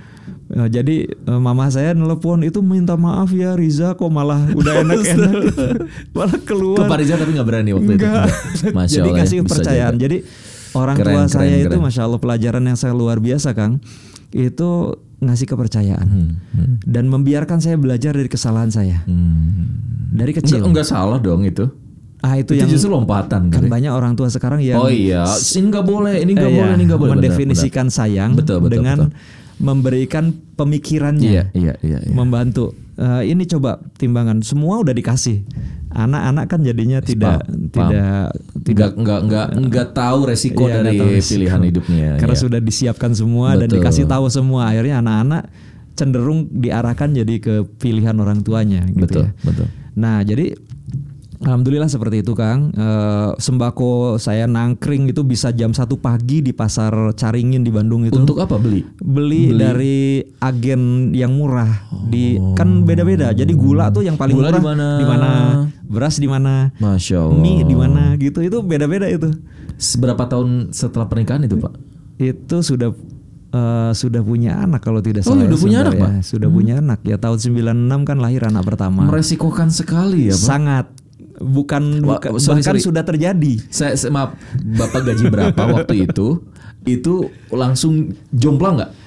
Uh, jadi uh, mama saya nelpon itu minta maaf ya Riza kok malah udah enak-enak malah keluar. Ke Pak Riza tapi nggak berani waktu Enggak. itu. Masya Jadi Allah, kasih ya, kepercayaan. Jadi orang keren, tua keren, saya keren. itu Masya Allah pelajaran yang saya luar biasa Kang. Itu ngasih kepercayaan hmm, hmm. dan membiarkan saya belajar dari kesalahan saya hmm. dari kecil. Enggak, enggak salah dong itu. Ah itu, itu yang justru lompatan kan gitu. Banyak orang tua sekarang yang oh iya ini nggak boleh ini nggak eh, boleh ya, ini nggak boleh mendefinisikan benar, benar. sayang betul, betul, dengan betul. memberikan pemikirannya, Iya, iya, iya, iya. membantu. Uh, ini coba timbangan, semua udah dikasih. Anak-anak kan jadinya tidak Paham, tidak paham. tidak nggak nggak nggak tahu resiko iya, dari nggak tahu resiko. pilihan hidupnya. Karena ya. sudah disiapkan semua dan Betul. dikasih tahu semua. Akhirnya anak-anak cenderung diarahkan jadi ke pilihan orang tuanya gitu Betul, ya. betul. Nah, jadi alhamdulillah seperti itu Kang. E, sembako saya nangkring itu bisa jam satu pagi di pasar Caringin di Bandung itu. Untuk apa beli? Beli, Beli. dari agen yang murah. Di kan beda-beda. Jadi gula tuh yang paling Gula murah di mana? di mana? Beras di mana? Masya Allah. Mie di mana gitu. Itu beda-beda itu. Seberapa tahun setelah pernikahan itu Pak? Itu sudah uh, sudah punya anak kalau tidak Oh, salah. udah punya anak, ya. Pak? Sudah punya anak. Ya tahun sembilan puluh enam kan lahir anak pertama. Meresikokan sekali ya Pak. Sangat. Bukan, Wah, bukan sorry, bahkan sorry. sudah terjadi. Saya, saya maaf, Bapak gaji berapa waktu itu? Itu langsung jomplang nggak?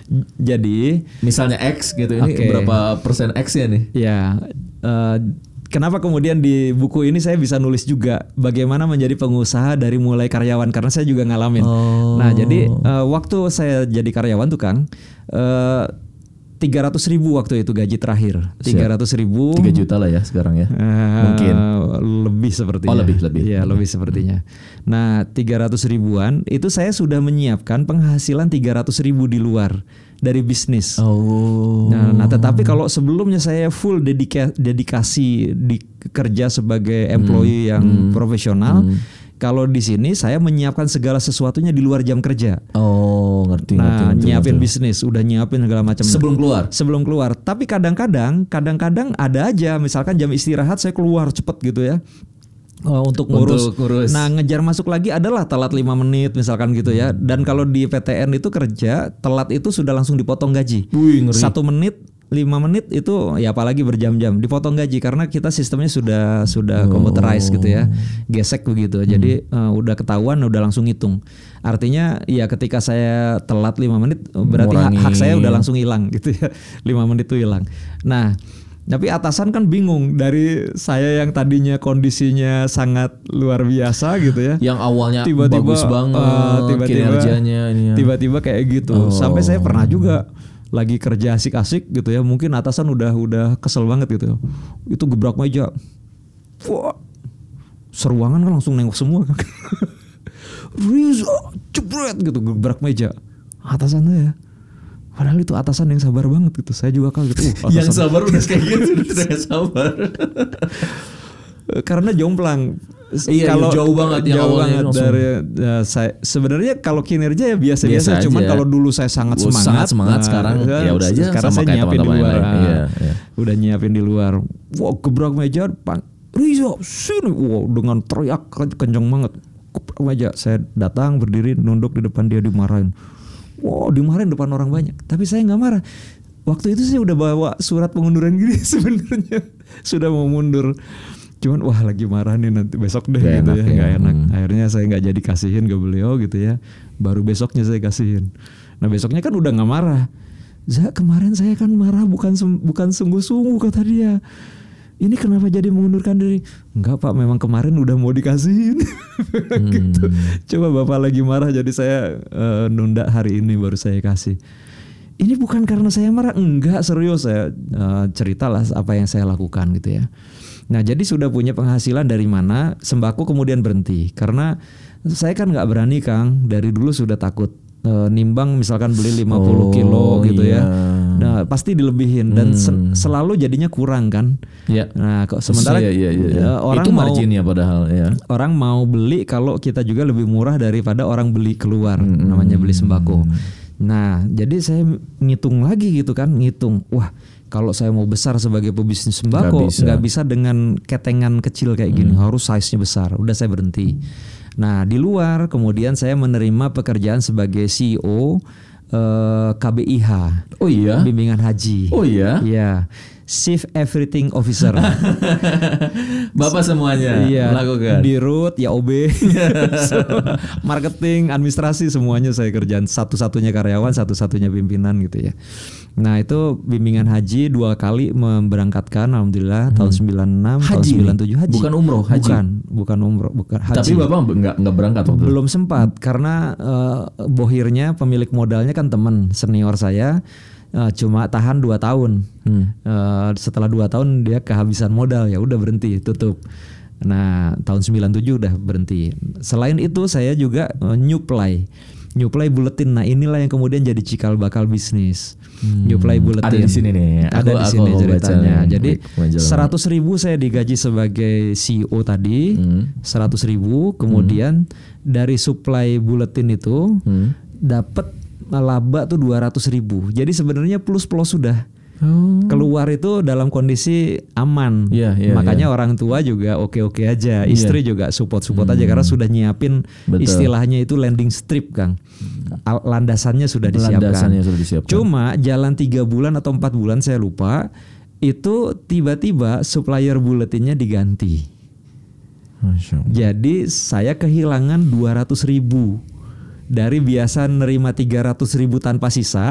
Jadi Misalnya X gitu, ini Oke. berapa persen X-nya nih? ya uh, kenapa kemudian di buku ini saya bisa nulis juga bagaimana menjadi pengusaha dari mulai karyawan, karena saya juga ngalamin. Oh. Nah jadi uh, waktu saya jadi karyawan tuh Kang, uh, tiga ratus ribu waktu itu gaji terakhir. tiga ratus ribu. tiga juta lah ya sekarang ya. Uh, Mungkin. Lebih sepertinya. Oh, lebih, lebih. Iya, lebih sepertinya. Nah, tiga ratus ribuan itu saya sudah menyiapkan penghasilan tiga ratus ribu di luar dari bisnis. Oh. Nah, nah, tetapi kalau sebelumnya saya full dedika, dedikasi di kerja sebagai employee yang Hmm. profesional, kalau di sini saya menyiapkan segala sesuatunya di luar jam kerja. Oh, ngerti, ngerti, Nah, ngerti, nyiapin ngerti. bisnis, udah nyiapin segala macam. Sebelum keluar. Sebelum keluar. Tapi kadang-kadang, kadang-kadang ada aja, misalkan jam istirahat saya keluar cepet gitu ya. Oh, untuk ngurus. Untuk ngurus. Nah, ngejar masuk lagi adalah telat lima menit misalkan gitu ya. Dan kalau di P T N itu kerja, telat itu sudah langsung dipotong gaji. Wih, ngeri. Satu menit, lima menit itu ya apalagi berjam-jam dipotong gaji karena kita sistemnya sudah sudah Oh. computerized gitu ya. Gesek begitu. Jadi uh, udah ketahuan, udah langsung hitung. Artinya ya ketika saya telat lima menit berarti hak, hak saya udah langsung hilang gitu ya. lima menit itu hilang. Nah, tapi atasan kan bingung dari saya yang tadinya kondisinya sangat luar biasa gitu ya. Yang awalnya Tiba-tiba, bagus banget uh, tiba-tiba, kinerjanya ini ya. Tiba-tiba kayak gitu. Oh. Sampai saya pernah juga lagi kerja asik-asik gitu ya. Mungkin atasan udah udah kesel banget gitu. Itu gebrak meja. Wah. Seruangan kan langsung nengok semua kan. Riza, jebret gitu gebrak meja. Atasannya ya. Padahal itu atasan yang sabar banget gitu. Saya juga kaget. Uh, Yang atasan- sabar udah kayak gitu udah sabar. Karena jomplang. Iya, jauh banget yang jauh awalnya banget langsung. dari ya, saya sebenarnya kalau kinerja ya biasa-biasa, Biasa cuman aja. kalau dulu saya sangat Oh, semangat, sangat semangat, nah, sekarang ya, ya udah aja sekarang sama saya kayak nyiapin di teman-teman luar. yang lain. ah, Iya, iya. Udah nyiapin di luar. Wah, gebrak meja, Pak Riza, sini. Wah, dengan teriak kenceng banget. Gebrak meja, saya datang berdiri nunduk di depan dia, dimarahin. Wow, dimarahin depan orang banyak. Tapi saya nggak marah. Waktu itu saya udah bawa surat pengunduran diri sebenarnya. Sudah mau mundur. Cuman wah lagi marah nih nanti besok deh Gak gitu enak ya. ya. Gak enak. Hmm. Akhirnya saya nggak jadi kasihin ke beliau gitu ya. Baru besoknya saya kasihin. Nah besoknya kan udah nggak marah. Za, kemarin saya kan marah bukan sem- bukan sungguh-sungguh kata dia. Ini kenapa jadi mengundurkan diri? Enggak Pak, memang kemarin udah mau dikasihin. gitu. Coba Bapak lagi marah jadi saya eh, nunda hari ini baru saya kasih. Ini bukan karena saya marah, enggak, serius saya eh, ceritalah apa yang saya lakukan gitu ya. Nah jadi sudah punya penghasilan dari mana, sembako kemudian berhenti karena saya kan nggak berani Kang, dari dulu sudah takut eh, nimbang misalkan beli lima puluh kilo Oh, gitu iya. ya. Nah pasti dilebihin dan Hmm. se- selalu jadinya kurang kan. Iya. Nah kok sementara Iya, iya, iya, iya. eh, orang itu mau marginnya padahal ya. orang mau beli kalau kita juga lebih murah daripada orang beli keluar, namanya beli sembako. Nah, jadi saya ngitung lagi gitu kan, ngitung. Wah, kalau saya mau besar sebagai pebisnis sembako, Nggak bisa. nggak bisa dengan ketengan kecil kayak gini, harus size-nya besar. Udah saya berhenti. Nah, di luar kemudian saya menerima pekerjaan sebagai C E O eh, K B I H, Oh iya. bimbingan haji. Oh iya. Iya. Chief Everything Officer. Bapak semuanya Iya, melakukan. Dirut, ya O B, marketing, administrasi semuanya saya kerjaan. Satu-satunya karyawan, satu-satunya pimpinan gitu ya. Nah itu bimbingan haji dua kali memberangkatkan, alhamdulillah tahun sembilan puluh enam, Haji tahun nih? sembilan puluh tujuh haji. Bukan umroh, haji. Bukan, bukan umroh, bukan haji. Tapi Bapak nggak nggak berangkat waktu itu? Belum sempat karena uh, bohirnya pemilik modalnya kan teman senior saya. Uh, cuma tahan dua tahun. Hmm. Uh, setelah dua tahun dia kehabisan modal, ya udah berhenti, tutup. Nah tahun sembilan puluh tujuh udah berhenti. Selain itu saya juga uh, Newplay, Newplay Bulletin. Nah inilah yang kemudian jadi cikal bakal bisnis. Hmm. Newplay Bulletin. Ada di sini nih. Ada Aku, di aku, sini aku ceritanya. baca, Jadi majalah. seratus ribu saya digaji sebagai C E O tadi, hmm. seratus ribu. Kemudian hmm. dari supply bulletin itu hmm. dapat laba tuh dua ratus ribu. Jadi sebenarnya plus plus sudah. Oh. Keluar itu dalam kondisi aman. Yeah, yeah, Makanya yeah. orang tua juga oke-oke aja. Istri yeah. juga support-support hmm. aja karena sudah nyiapin. Betul. Istilahnya itu landing strip, Kang. Landasannya sudah disiapkan. Landasannya sudah disiapkan. Cuma jalan tiga bulan atau empat bulan saya lupa. Itu tiba-tiba supplier bulletinnya diganti. Jadi saya kehilangan dua ratus ribu. Dari biasa nerima tiga ratus ribu tanpa sisa,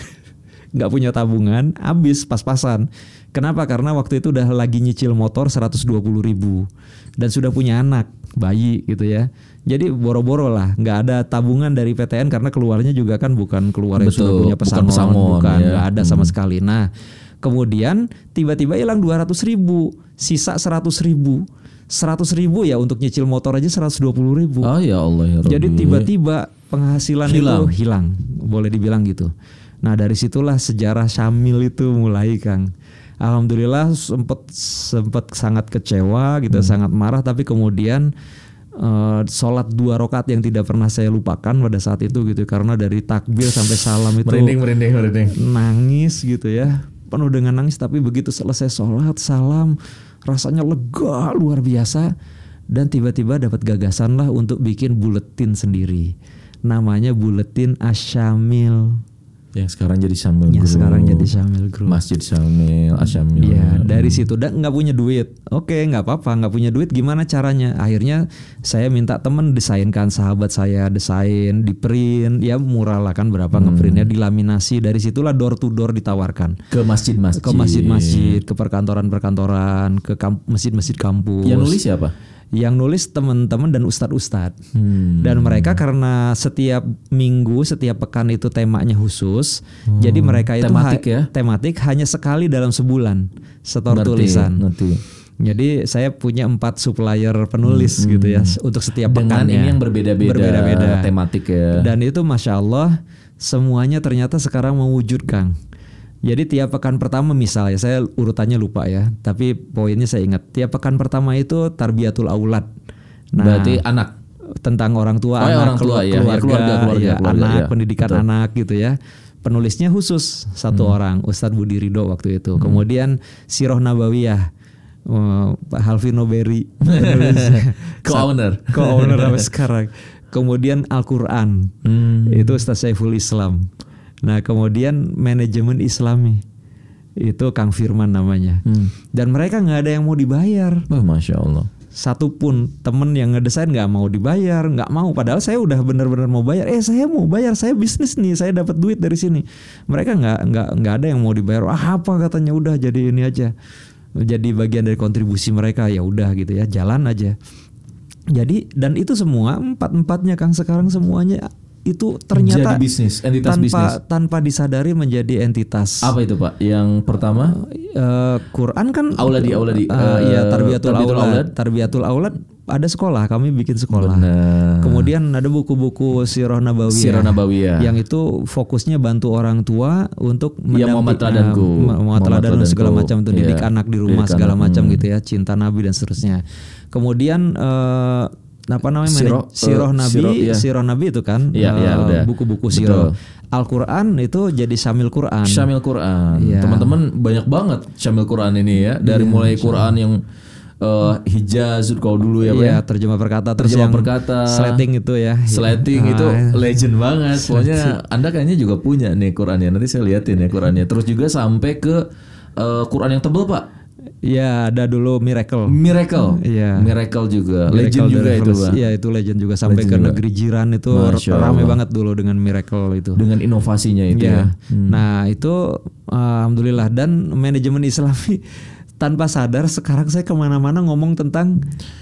nggak punya tabungan, habis pas-pasan. Kenapa? Karena waktu itu udah lagi nyicil motor seratus dua puluh ribu dan sudah punya anak, bayi gitu ya. Jadi boro-boro lah, nggak ada tabungan dari P T N karena keluarnya juga kan bukan keluar yang sudah punya pesangon, bukan, pesangon, bukan ya. Nggak ada sama hmm. sekali. Nah, kemudian tiba-tiba hilang dua ratus ribu, sisa seratus ribu. seratus ribu ya untuk nyicil motor aja seratus dua puluh ribu. Oh ya Allah ya Rabbi. Jadi tiba-tiba penghasilan hilang. itu hilang, boleh dibilang gitu. Nah dari situlah sejarah Syamil itu mulai, Kang. Alhamdulillah sempat sempat sangat kecewa gitu, hmm. sangat marah. Tapi kemudian uh, sholat dua rakaat yang tidak pernah saya lupakan pada saat itu gitu. Karena dari takbir sampai salam itu merinding, merinding, merinding. nangis gitu ya, penuh dengan nangis. Tapi begitu selesai sholat salam, rasanya lega luar biasa. Dan tiba-tiba dapat gagasan lah untuk bikin buletin sendiri. Namanya Buletin Asyamil. Yang sekarang jadi Syamil Yang Group. sekarang jadi Syamil Group. Masjid Syamil, Asyamil. Iya, dari situ dan nggak punya duit. Oke, nggak apa-apa, nggak punya duit. Gimana caranya? Akhirnya saya minta temen desainkan, sahabat saya desain, di print, ya murah lah kan berapa hmm. ngeprintnya, dilaminasi. Dari situlah door to door ditawarkan. Ke masjid-masjid. Ke masjid-masjid, ke perkantoran-perkantoran, ke kamp- masjid-masjid kampus. Yang nulis siapa? Yang nulis teman-teman dan ustadz-ustadz. Hmm. Dan mereka karena setiap minggu, setiap pekan itu temanya khusus. Hmm. Jadi mereka itu tematik ha- ya? Tematik hanya sekali dalam sebulan setor Berarti, tulisan. Nanti. Jadi saya punya empat supplier penulis hmm. gitu ya untuk setiap dengan pekannya. Ini yang berbeda-beda, berbeda-beda tematik ya. Dan itu masya Allah semuanya ternyata sekarang mewujud, Kang. Jadi tiap pekan pertama misalnya, saya urutannya lupa ya, tapi poinnya saya ingat. Tiap pekan pertama itu Tarbiyatul Aulad. Nah, berarti anak tentang orang tua, oh, anak, orang tua, keluarga, ya, ya, keluarga, keluarga, ya, keluarga, anak, ya, pendidikan betul. anak gitu ya. Penulisnya khusus satu hmm. orang, Ustadz Budi Ridho waktu itu. Hmm. Kemudian Sirah Nabawiyah, uh, Pak Halvino Berry, co-owner, co-owner sampai sekarang. Kemudian Al-Quran, hmm. itu Ustadz Saiful Islam. Nah kemudian manajemen Islami, itu Kang Firman namanya. Hmm. Dan mereka nggak ada yang mau dibayar. Oh, Masya Allah. Satu pun temen yang ngedesain nggak mau dibayar, nggak mau. Padahal saya udah benar-benar mau bayar. Eh saya mau bayar, saya bisnis nih, saya dapat duit dari sini. Mereka nggak nggak nggak ada yang mau dibayar. Ah apa katanya, udah jadi ini aja, jadi bagian dari kontribusi mereka. Ya udah gitu ya, jalan aja. Jadi dan itu semua empat empatnya Kang sekarang semuanya itu ternyata jadi bisnis, entitas tanpa bisnis. tanpa disadari menjadi entitas. Apa itu Pak? Yang pertama uh, Quran kan Auladi Auladi. Uh, iya Tarbiyatul, Tarbiyatul Aulad. Aulad. Tarbiyatul Aulad ada sekolah, kami bikin sekolah. Benar. Kemudian ada buku-buku Sirah Nabawiyah. Sirah Nabawiyah. Yang itu fokusnya bantu orang tua untuk ya, Muhammad Teladanku, Muhammad Teladan segala macam untuk didik ya, anak di rumah segala anak. macam hmm. gitu ya, cinta Nabi dan seterusnya. Kemudian uh, apa namanya Sirah, Sirah Nabi, Sirah, ya. Sirah Nabi itu kan ya, uh, ya, udah. buku-buku Sirah. Al-Quran itu jadi Syamil Quran. Syamil Quran. Ya. Teman-teman banyak banget Syamil Quran ini ya. Dari ya, mulai Quran yang uh, Hijaz kalau dulu ya, Iya, terjemah perkata, terjemah terus yang perkata, slating itu ya. Slating ah, itu legend banget. Pokoknya Anda kayaknya juga punya nih Qurannya. Nanti saya liatin ya Qurannya. Terus juga sampai ke uh, Quran yang tebal Pak? Ya ada dulu Miracle. Miracle, Iya. Miracle juga, Miracle legend juga itu Pak. Iya itu legend juga sampai Legend ke juga. negeri jiran itu Masya ramai Allah. banget dulu dengan Miracle itu. Dengan inovasinya itu ya. Ya. Nah itu alhamdulillah, dan manajemen Islami tanpa sadar sekarang saya kemana-mana ngomong tentang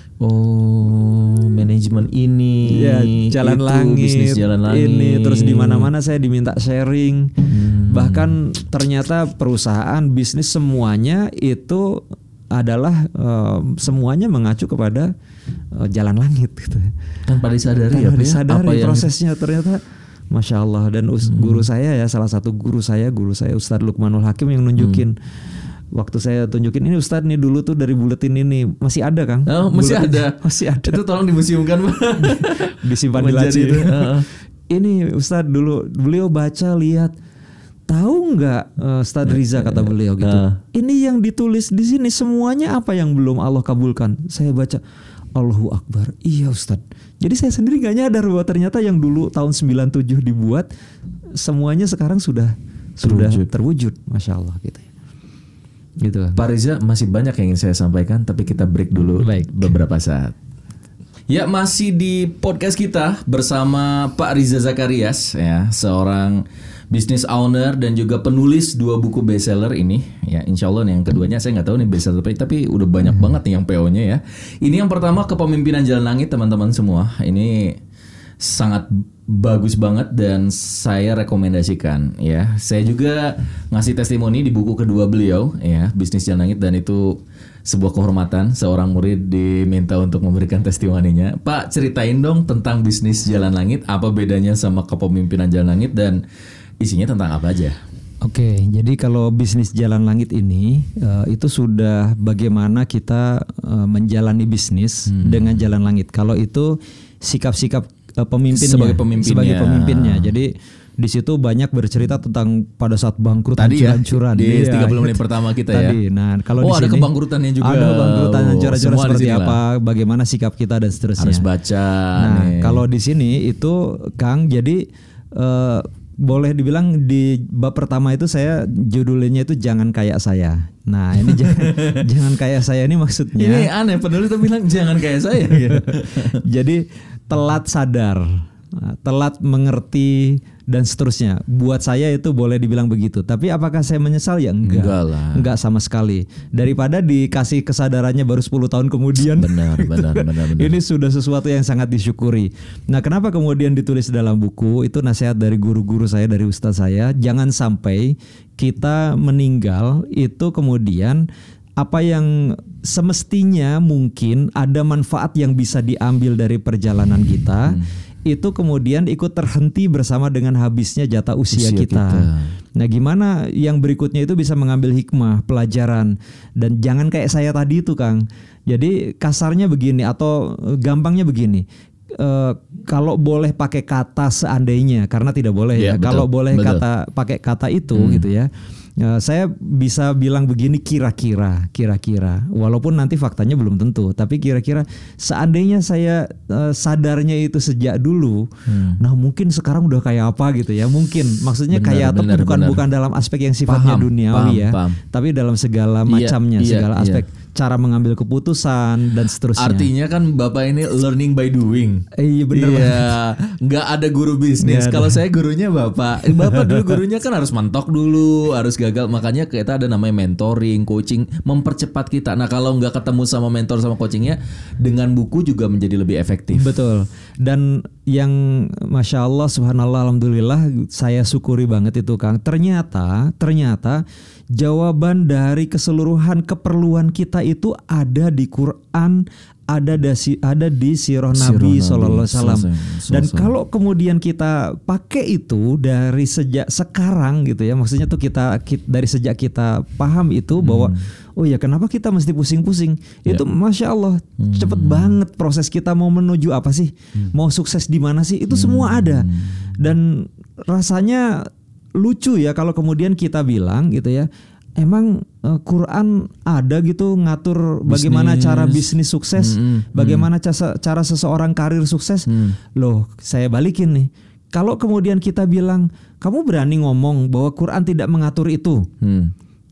Oh, manajemen ini, ya, jalan itu, langit, bisnis jalan langit. ini terus di mana-mana saya diminta sharing. Hmm. Bahkan ternyata perusahaan bisnis semuanya itu adalah eh, semuanya mengacu kepada eh, jalan langit gitu. Tanpa disadari Tanpa apa ya? disadari Apa yang- prosesnya ternyata Masya Allah. Dan us- guru saya ya, salah satu guru saya, guru saya Ustadz Lukmanul Hakim yang nunjukin. Waktu saya tunjukin ini Ustadz nih dulu tuh dari buletin ini masih ada Kang. Oh, masih Buletin- ada. masih ada. Itu tolong dimuseumkan Pak. Disimpan di Menjadi laci itu. Heeh. Ini Ustadz dulu beliau baca lihat, tahu nggak uh, Ustadz Riza kata beliau gitu. Uh. Ini yang ditulis di sini semuanya apa yang belum Allah kabulkan. Saya baca Allahu Akbar. Iya Ustadz. Jadi saya sendiri nggak nyadar bahwa ternyata yang dulu tahun sembilan puluh tujuh dibuat semuanya sekarang sudah sudah Terwujud. terwujud. Masya Allah gitu ya. Gitu. Pak Riza, masih banyak yang ingin saya sampaikan, tapi kita break dulu Baik. beberapa saat. Ya, masih di podcast kita bersama Pak Riza Zakarias, ya, seorang business owner dan juga penulis dua buku bestseller ini. Ya, insya Allah nih yang keduanya saya nggak tahu nih bestseller apa, tapi udah banyak banget nih yang P O-nya ya. Ini yang pertama, Kepemimpinan Jalan Langit, teman-teman semua. Ini sangat bagus banget dan saya rekomendasikan ya. Saya juga ngasih testimoni di buku kedua beliau ya, Bisnis Jalan Langit, dan itu sebuah kehormatan seorang murid diminta untuk memberikan testimoninya. Pak, ceritain dong tentang Bisnis Jalan Langit, apa bedanya sama Kepemimpinan Jalan Langit dan isinya tentang apa aja? Oke, jadi kalau bisnis jalan langit ini uh, itu sudah bagaimana kita uh, menjalani bisnis Hmm. dengan jalan langit. Kalau itu sikap-sikap uh, pemimpinnya Sebagai pemimpinnya. sebagai pemimpinnya. Jadi di situ banyak bercerita tentang pada saat bangkrut Tadi ya, hancur-hancuran. di Iya, tiga puluh menit itu. pertama kita ya. Tadi. Nah, kalau Oh, di ada sini kebangkrutannya juga. Ada kebangkrutan Oh, hancur-hancuran semua di seperti sini lah. apa, bagaimana sikap kita dan seterusnya. Harus baca Nah, nih. kalau di sini itu Kang, jadi eh, boleh dibilang di bab pertama itu saya judulnya itu jangan kayak saya. Nah, ini jangan, jangan kayak saya ini maksudnya. Ini aneh, penulis tuh bilang jangan kayak saya. Jadi telat sadar, telat mengerti dan seterusnya. Buat saya itu boleh dibilang begitu. Tapi apakah saya menyesal? Ya enggak. Enggak lah. Enggak sama sekali. Daripada dikasih kesadarannya baru sepuluh tahun kemudian. Benar, benar, benar, benar. Ini sudah sesuatu yang sangat disyukuri. Nah, kenapa kemudian ditulis dalam buku? Itu nasihat dari guru-guru saya, dari ustaz saya. Jangan sampai kita meninggal itu kemudian apa yang semestinya mungkin ada manfaat yang bisa diambil dari perjalanan kita, hmm. itu kemudian ikut terhenti bersama dengan habisnya jatah usia, Usia kita. kita. Nah, gimana yang berikutnya itu bisa mengambil hikmah, pelajaran, dan jangan kayak saya tadi itu, Kang. Jadi kasarnya begini atau gampangnya begini. Uh, kalau boleh pakai kata seandainya, karena tidak boleh ya. Ya, betul, kalau boleh betul. kata pakai kata itu Hmm. gitu ya. Uh, saya bisa bilang begini, kira-kira, kira-kira. Walaupun nanti faktanya belum tentu, tapi kira-kira seandainya saya uh, sadarnya itu sejak dulu, Hmm. nah mungkin sekarang udah kayak apa gitu ya. Mungkin maksudnya Benar, kayak benar, bukan benar. bukan dalam aspek yang sifatnya Paham, duniawi paham, ya, paham. tapi dalam segala Iya, macamnya, iya, segala iya. aspek, cara mengambil keputusan dan seterusnya. Artinya kan Bapak ini learning by doing. Eh, iya bener Iya, nggak ada guru bisnis. Nggak ada. Kalau saya gurunya Bapak. Eh, Bapak dulu gurunya kan harus mentok dulu, harus gagal. Makanya kita ada namanya mentoring, coaching, mempercepat kita. Nah, kalau nggak ketemu sama mentor sama coachingnya, dengan buku juga menjadi lebih efektif. Betul. Dan yang masya Allah, subhanallah, alhamdulillah, saya syukuri banget itu, Kang. Ternyata, ternyata jawaban dari keseluruhan keperluan kita itu ada di Quran, ada di ada di sirah Nabi Sallallahu Alaihi Wasallam. Dan kalau kemudian kita pakai itu dari sejak sekarang gitu ya, maksudnya tuh kita, kita dari sejak kita paham itu bahwa hmm. oh ya kenapa kita mesti pusing-pusing? Ya. Itu masya Allah hmm. cepet banget proses kita mau menuju apa sih, hmm. mau sukses di mana sih? Itu hmm. semua ada. Dan rasanya lucu ya kalau kemudian kita bilang gitu ya, emang uh, Quran ada gitu ngatur bagaimana bisnis. cara bisnis sukses, hmm, bagaimana hmm. cara, cara seseorang karir sukses. Hmm. Loh, saya balikin nih. Kalau kemudian kita bilang, kamu berani ngomong bahwa Quran tidak mengatur itu. Hmm.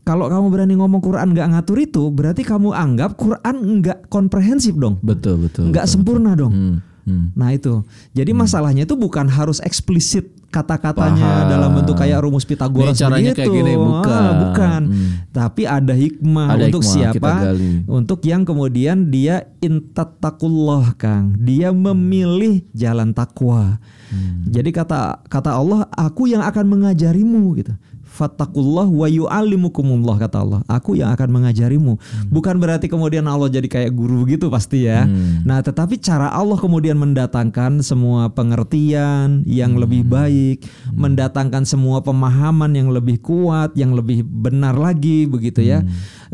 kalau kamu berani ngomong Quran nggak ngatur itu, berarti kamu anggap Quran nggak komprehensif dong. Betul betul. Nggak betul, sempurna betul. dong. Hmm, hmm. Nah itu. Jadi hmm. masalahnya itu bukan harus eksplisit kata-katanya Paham. dalam bentuk kayak rumus Pitagoras caranya begitu. kayak gini, bukan. Ah, bukan. Hmm. Tapi ada hikmah ada untuk hikmah, siapa? Untuk yang kemudian dia intattaqullah, Kang. Dia memilih jalan takwa. Hmm. Jadi kata kata Allah, aku yang akan mengajarimu gitu. Fattakullah wa yu'allimukumullah, kata Allah. Aku yang akan mengajarimu. Hmm. Bukan berarti kemudian Allah jadi kayak guru gitu pasti ya. Hmm. Nah, tetapi cara Allah kemudian mendatangkan semua pengertian yang hmm. lebih baik, hmm. mendatangkan semua pemahaman yang lebih kuat, yang lebih benar lagi begitu ya. Hmm.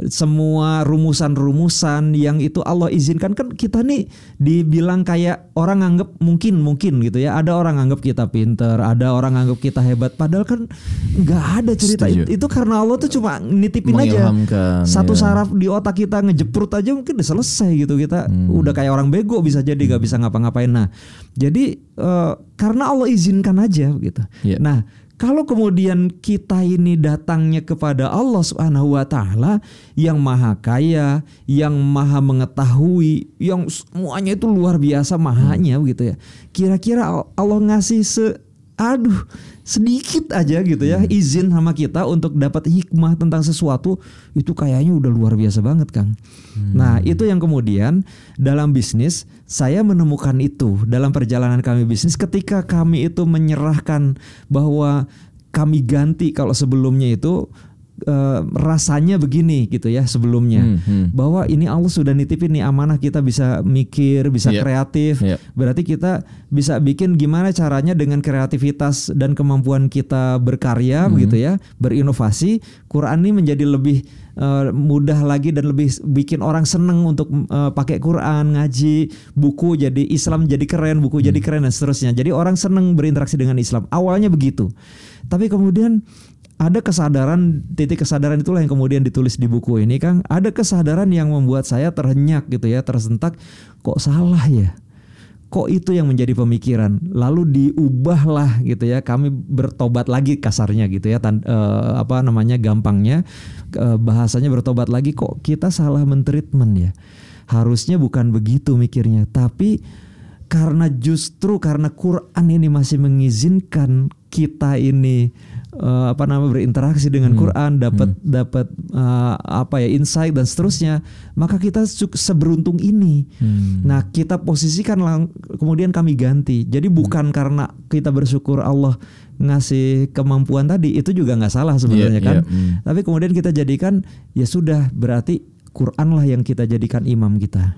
Semua rumusan-rumusan yang itu Allah izinkan, kan kita nih dibilang kayak orang anggap mungkin mungkin gitu ya. Ada orang anggap kita pinter, ada orang anggap kita hebat, padahal kan nggak ada cerita itu, itu karena Allah tuh cuma nitipin aja satu ya. Saraf di otak kita ngejeprut aja mungkin udah selesai gitu, kita hmm. udah kayak orang bego bisa jadi nggak bisa ngapa-ngapain. Nah jadi uh, karena Allah izinkan aja gitu. Yeah. Nah kalau kemudian kita ini datangnya kepada Allah Subhanahu wa taala yang maha kaya, yang maha mengetahui, yang semuanya itu luar biasa mahanya hmm. gitu ya. Kira-kira Allah ngasih se aduh sedikit aja gitu ya hmm. izin sama kita untuk dapat hikmah tentang sesuatu, itu kayaknya udah luar biasa banget, Kang. Hmm. Nah itu yang kemudian dalam bisnis saya menemukan itu dalam perjalanan kami bisnis, ketika kami itu menyerahkan bahwa kami ganti, kalau sebelumnya itu Uh, rasanya begini gitu ya sebelumnya, hmm, hmm. bahwa ini Allah sudah nitipin nih amanah, kita bisa mikir, bisa yep. kreatif, yep. berarti kita bisa bikin gimana caranya dengan kreativitas dan kemampuan kita berkarya hmm. begitu ya, berinovasi. Quran ini menjadi lebih uh, mudah lagi dan lebih bikin orang seneng untuk uh, pakai Quran, ngaji, buku jadi Islam jadi keren, buku hmm. jadi keren dan seterusnya. Jadi orang seneng berinteraksi dengan Islam. Awalnya begitu, tapi kemudian ada kesadaran, titik kesadaran itulah yang kemudian ditulis di buku ini, Kang. Ada kesadaran yang membuat saya terhenyak gitu ya, tersentak, kok salah ya? Kok itu yang menjadi pemikiran? Lalu diubahlah gitu ya, kami bertobat lagi kasarnya gitu ya, tan, eh, apa namanya gampangnya, eh, bahasanya bertobat lagi, kok kita salah mentreatment ya. Harusnya bukan begitu mikirnya, tapi karena justru karena Quran ini masih mengizinkan kita ini Uh, apa namanya berinteraksi dengan hmm. Quran, dapat hmm. dapat uh, apa ya insight dan seterusnya, maka kita seberuntung ini. Hmm. Nah kita posisikan lang- kemudian kami ganti. Jadi bukan hmm. karena kita bersyukur Allah ngasih kemampuan tadi, itu juga nggak salah sebenarnya yeah, kan. Yeah. Hmm. Tapi kemudian kita jadikan ya sudah, berarti Quran lah yang kita jadikan imam kita.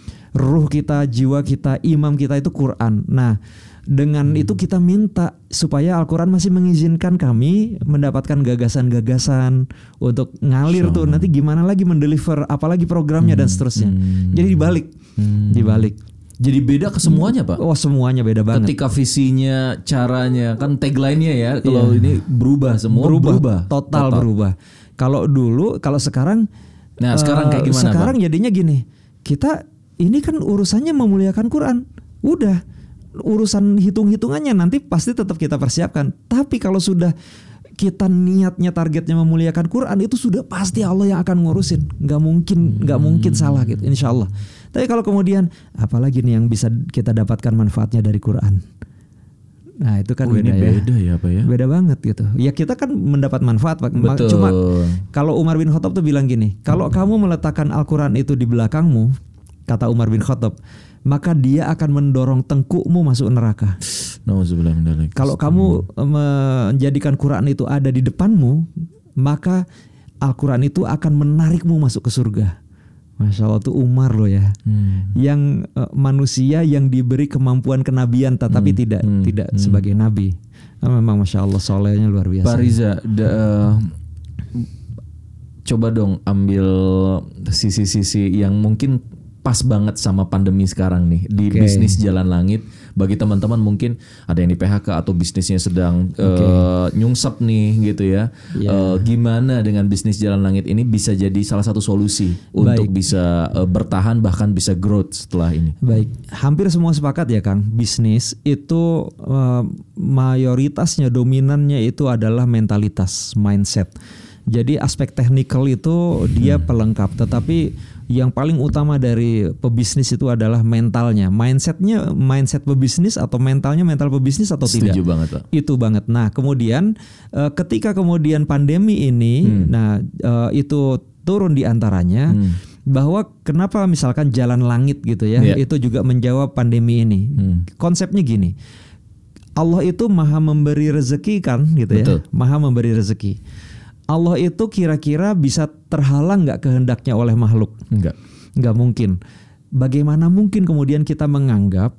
Ruh kita, jiwa kita, imam kita itu Quran. Nah dengan hmm. itu kita minta supaya Al-Quran masih mengizinkan kami mendapatkan gagasan-gagasan untuk ngalir so. tuh nanti gimana lagi mendeliver apalagi programnya hmm. dan seterusnya. Hmm. Jadi dibalik, hmm. dibalik. Jadi beda ke semuanya, Pak. Oh semuanya beda banget. Ketika visinya, caranya, kan tagline-nya ya. Kalau yeah. ini berubah semua berubah, berubah. Total, total berubah. Kalau dulu, kalau sekarang, nah sekarang kayak gimana? Sekarang Pak? Jadinya gini, kita ini kan urusannya memuliakan Quran, udah. Urusan hitung-hitungannya nanti pasti tetap kita persiapkan. Tapi kalau sudah kita niatnya targetnya memuliakan Quran, itu sudah pasti Allah yang akan ngurusin. Nggak mungkin, nggak mungkin salah gitu, insya Allah. Tapi kalau kemudian apalagi nih yang bisa kita dapatkan manfaatnya dari Quran. Nah itu kan oh, beda ini ya. Beda ya Pak ya. Beda banget gitu. Ya kita kan mendapat manfaat Pak. Betul. Cuma kalau Umar bin Khattab tuh bilang gini, kalau hmm. kamu meletakkan Al-Quran itu di belakangmu, kata Umar bin Khattab, maka dia akan mendorong tengkukmu masuk neraka. Kalau kamu menjadikan Quran itu ada di depanmu, maka Al-Quran itu akan menarikmu masuk ke surga. Masya Allah tuh Umar loh ya, hmm. yang uh, manusia yang diberi kemampuan kenabian, tetapi hmm. tidak hmm. tidak hmm. sebagai nabi. Nah, memang Masya Allah solehnya luar biasa. Pak Riza, da, uh, coba dong ambil sisi-sisi yang mungkin pas banget sama pandemi sekarang nih di okay. bisnis jalan langit. Bagi teman-teman mungkin ada yang di P H K atau bisnisnya sedang okay. uh, nyungsep nih gitu ya. Yeah. Uh, gimana dengan bisnis jalan langit ini bisa jadi salah satu solusi Baik. untuk bisa uh, bertahan bahkan bisa growth setelah ini. Baik, hampir semua sepakat ya Kang. Bisnis itu uh, mayoritasnya dominannya itu adalah mentalitas, mindset. Jadi aspek teknikal itu dia pelengkap, tetapi yang paling utama dari pebisnis itu adalah mentalnya, mindsetnya, mindset pebisnis atau mentalnya mental pebisnis atau Setuju tidak. Setuju banget Pak. Itu banget. Nah kemudian ketika kemudian pandemi ini, hmm. nah itu turun di antaranya. Hmm. Bahwa kenapa misalkan jalan langit gitu ya, yeah. itu juga menjawab pandemi ini. Hmm. Konsepnya gini, Allah itu maha memberi rezeki kan gitu ya, Betul. maha memberi rezeki. Allah itu kira-kira bisa terhalang nggak kehendaknya oleh makhluk? Enggak. Nggak mungkin. Bagaimana mungkin kemudian kita menganggap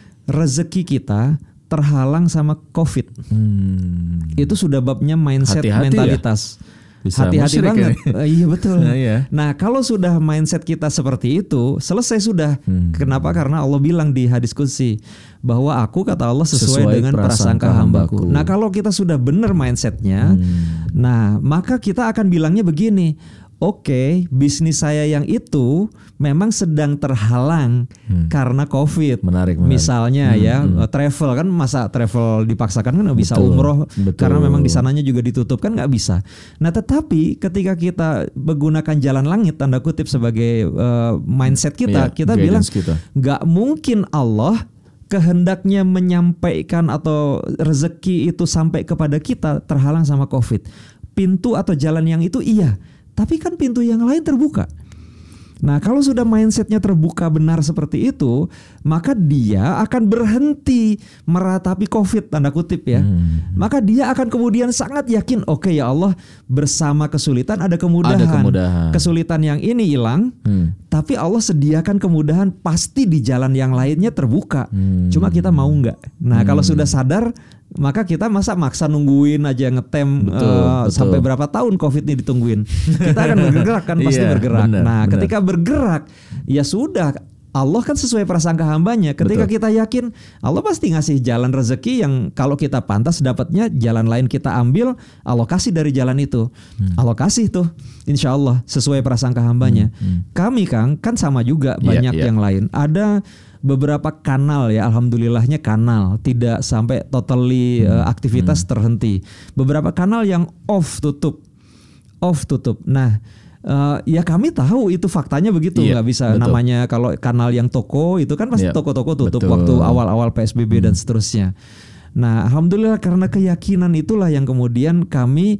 rezeki kita terhalang sama COVID? Hmm. Itu sudah babnya mindset, hati-hati mentalitas. Ya? Bisa hati-hati banget. Ya? Iya betul. Nah, iya. Nah kalau sudah mindset kita seperti itu, selesai sudah. Hmm. Kenapa? Karena Allah bilang di hadis qudsi bahwa aku, kata Allah, sesuai, sesuai dengan prasangka hambaku. Nah kalau kita sudah benar mindsetnya, hmm. nah maka kita akan bilangnya begini. Oke, okay, bisnis saya yang itu memang sedang terhalang hmm. karena COVID. Menarik, menarik. Misalnya hmm, ya hmm. travel kan, masa travel dipaksakan kan nggak bisa, betul, umroh betul. Karena memang di sananya juga ditutup kan nggak bisa. Nah tetapi ketika kita menggunakan jalan langit tanda kutip sebagai uh, mindset kita, ya, kita bilang nggak mungkin Allah kehendaknya menyampaikan atau rezeki itu sampai kepada kita terhalang sama COVID. Pintu atau jalan yang itu iya. Tapi kan pintu yang lain terbuka. Nah kalau sudah mindsetnya terbuka benar seperti itu, maka dia akan berhenti meratapi COVID tanda kutip ya. Hmm. Maka dia akan kemudian sangat yakin, oke okay, ya Allah, bersama kesulitan ada kemudahan. Ada kemudahan. Kesulitan yang ini hilang, hmm. tapi Allah sediakan kemudahan, pasti di jalan yang lainnya terbuka. Hmm. Cuma kita mau nggak? Nah hmm. kalau sudah sadar, maka kita masa maksa nungguin aja ngetem betul, uh, betul. sampai berapa tahun COVID ini ditungguin. Kita akan bergerak kan, pasti iya, bergerak. Bener, nah bener. Ketika bergerak ya sudah, Allah kan sesuai prasangka hambanya. Ketika betul. Kita yakin Allah pasti ngasih jalan rezeki yang kalau kita pantas dapatnya, jalan lain kita ambil, alokasi dari jalan itu, hmm. alokasi tuh insya Allah sesuai prasangka hambanya. hmm, hmm. Kami Kang kan sama juga banyak yeah, yeah. yang lain. Ada beberapa kanal ya, alhamdulillahnya kanal tidak sampai totally hmm. uh, aktivitas hmm. terhenti. Beberapa kanal yang off tutup, off tutup. Nah, uh, ya kami tahu itu faktanya begitu, nggak yeah, bisa betul. Namanya kalau kanal yang toko itu kan pasti yeah, toko-toko tutup betul. Waktu awal-awal P S B B hmm. dan seterusnya. Nah, alhamdulillah karena keyakinan itulah yang kemudian kami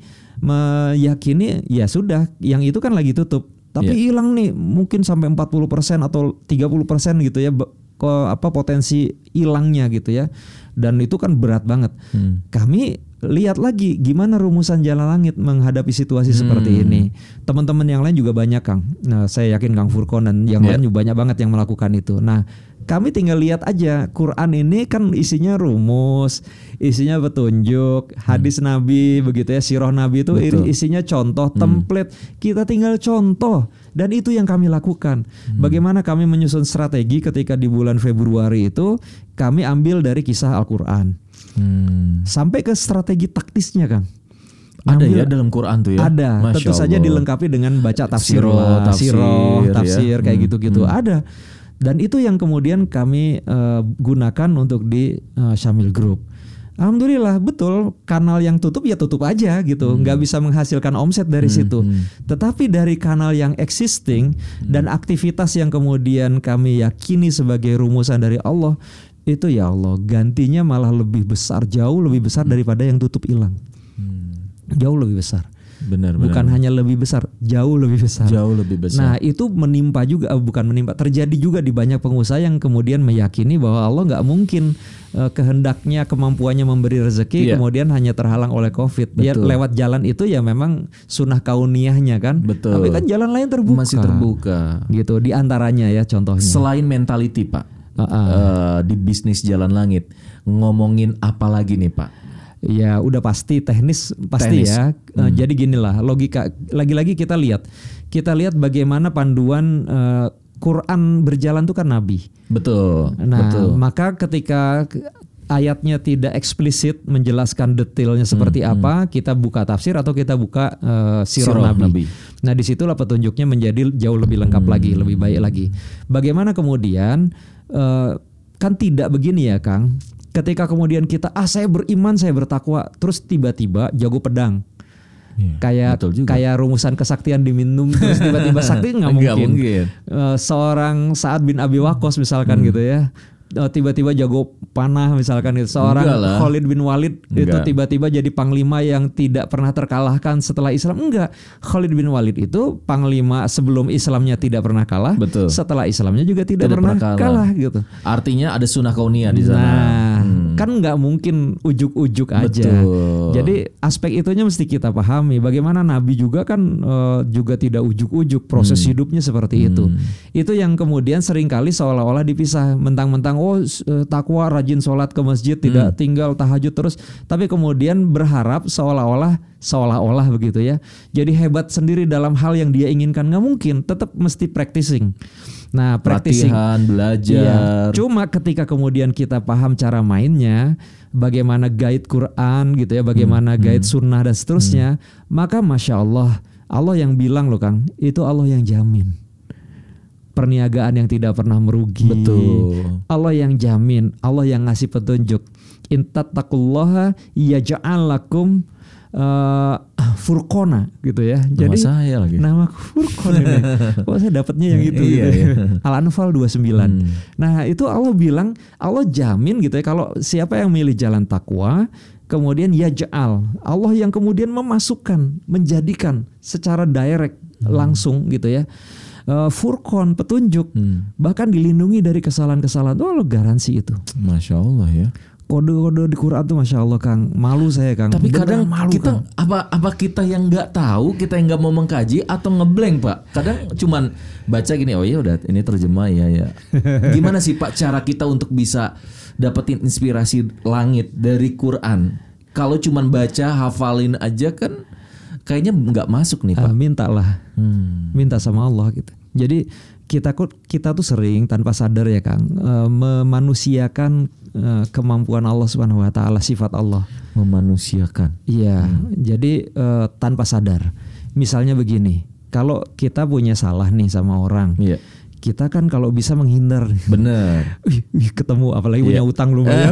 meyakini ya sudah, yang itu kan lagi tutup. Tapi hilang yeah. nih mungkin sampai empat puluh persen atau tiga puluh persen gitu ya, ke apa potensi hilangnya gitu ya. Dan itu kan berat banget. Hmm. Kami lihat lagi gimana rumusan jalan langit menghadapi situasi hmm. seperti ini. Teman-teman yang lain juga banyak Kang. Nah, saya yakin Kang Furqon dan yang yeah. lain juga banyak banget yang melakukan itu. Nah, kami tinggal lihat aja, Quran ini kan isinya rumus, isinya petunjuk, hadis hmm. Nabi begitu ya, sirah Nabi itu betul. Isinya contoh, template. Hmm. Kita tinggal contoh, dan itu yang kami lakukan. Hmm. Bagaimana kami menyusun strategi ketika di bulan Februari itu kami ambil dari kisah Al-Quran. Hmm. Sampai ke strategi taktisnya Kang. Ada ambil, ya dalam Quran tuh ya. Ada. Masya tentu Allah. Saja dilengkapi dengan baca tafsir, sirah, tafsir, sirah, tafsir ya. Kayak hmm. gitu-gitu. Hmm. Ada. Dan itu yang kemudian kami uh, gunakan untuk di uh, Syamil Group. Alhamdulillah betul, kanal yang tutup ya tutup aja gitu, hmm. nggak bisa menghasilkan omset dari hmm. situ. Hmm. Tetapi dari kanal yang existing hmm. dan aktivitas yang kemudian kami yakini sebagai rumusan dari Allah, itu ya Allah gantinya malah lebih besar, jauh lebih besar hmm. daripada yang tutup hilang. Hmm. Jauh lebih besar. Benar, bukan benar. hanya lebih besar, jauh lebih besar. Jauh lebih besar. Nah itu menimpa juga, bukan menimpa, terjadi juga di banyak pengusaha yang kemudian meyakini bahwa Allah nggak mungkin uh, kehendaknya, kemampuannya memberi rezeki, yeah. kemudian hanya terhalang oleh COVID. Dia lewat jalan itu ya memang sunnah kauniyahnya kan. Betul. Tapi kan jalan lain terbuka. Masih terbuka. Gitu, di antaranya ya contohnya. Selain mentality Pak, uh-uh. uh, di bisnis jalan langit, ngomongin apa lagi nih Pak? Ya udah pasti teknis pasti teknis. ya. Hmm. Jadi ginilah logika. Lagi-lagi kita lihat, kita lihat bagaimana panduan uh, Quran berjalan tuh kan Nabi. Betul. Nah betul. maka ketika ayatnya tidak eksplisit menjelaskan detailnya seperti hmm, apa, hmm. kita buka tafsir atau kita buka uh, sirah Nabi. Nabi. Nah disitulah petunjuknya menjadi jauh lebih lengkap hmm. lagi, lebih baik lagi. Bagaimana kemudian uh, kan tidak begini ya Kang. Ketika kemudian kita, ah saya beriman, saya bertakwa, terus tiba-tiba jago pedang. Iya, kayak kayak rumusan kesaktian diminum terus tiba-tiba sakti nggak mungkin. mungkin. Uh, seorang Sa'ad bin Abi Waqqas misalkan hmm. gitu ya. Tiba-tiba jago panah misalkan itu. Seorang Khalid bin Walid Enggak. itu tiba-tiba jadi panglima yang tidak pernah terkalahkan setelah Islam. Enggak, Khalid bin Walid itu panglima sebelum Islamnya tidak pernah kalah. Betul. Setelah Islamnya juga tidak, tidak pernah, pernah kalah. kalah gitu. Artinya ada sunnah kauniyah di sana. Nah, hmm. kan nggak mungkin ujuk-ujuk aja. Betul. Jadi aspek itunya mesti kita pahami. Bagaimana Nabi juga kan uh, juga tidak ujuk-ujuk, proses hmm. hidupnya seperti hmm. itu. Itu yang kemudian seringkali seolah-olah dipisah, mentang-mentang oh takwa rajin sholat ke masjid tidak hmm. tinggal tahajud terus, tapi kemudian berharap seolah-olah seolah-olah begitu ya jadi hebat sendiri dalam hal yang dia inginkan. Nggak mungkin, tetap mesti practicing. Nah practicing, latihan, belajar ya, cuma ketika kemudian kita paham cara mainnya, bagaimana guide Quran gitu ya, bagaimana hmm. guide sunnah dan seterusnya, hmm. maka Masya Allah, Allah yang bilang loh Kang, itu Allah yang jamin perniagaan yang tidak pernah merugi. Betul. Allah yang jamin, Allah yang ngasih petunjuk. In tattaqullaha yaj'al lakum uh, furqona gitu ya. Nama Jadi saya lagi. Nama Furqon ini. Kok saya dapatnya yang itu iya, gitu. Iya. Al-Anfal dua puluh sembilan. Hmm. Nah, itu Allah bilang, Allah jamin gitu ya kalau siapa yang milih jalan takwa, kemudian yaj'al, Allah yang kemudian memasukkan, menjadikan secara direct hmm. langsung gitu ya. Uh, Furqon, petunjuk, hmm. bahkan dilindungi dari kesalahan-kesalahan. Oh, lo garansi itu. Masya Allah ya. Kode-kode di Quran tuh Masya Allah Kang. Malu saya Kang. Tapi Bener, kadang malu, kita Kang. apa apa kita yang nggak tahu, kita yang nggak mau mengkaji atau ngeblank Pak. Kadang cuman baca gini, oh ya udah ini terjemah ya ya. Gimana sih Pak cara kita untuk bisa dapetin inspirasi langit dari Quran? Kalau cuman baca hafalin aja kan kayaknya nggak masuk nih Pak. Uh, mintalah, hmm. minta sama Allah gitu. Jadi kita kita tuh sering tanpa sadar ya Kang uh, memanusiakan uh, kemampuan Allah Subhanahu Wa Taala, sifat Allah. Memanusiakan. Iya. Hmm. Jadi uh, tanpa sadar. Misalnya begini, kalau kita punya salah nih sama orang. Iya. Kita kan kalau bisa menghindar. Bener. Wih, wih, ketemu apalagi yeah. punya utang lumayan.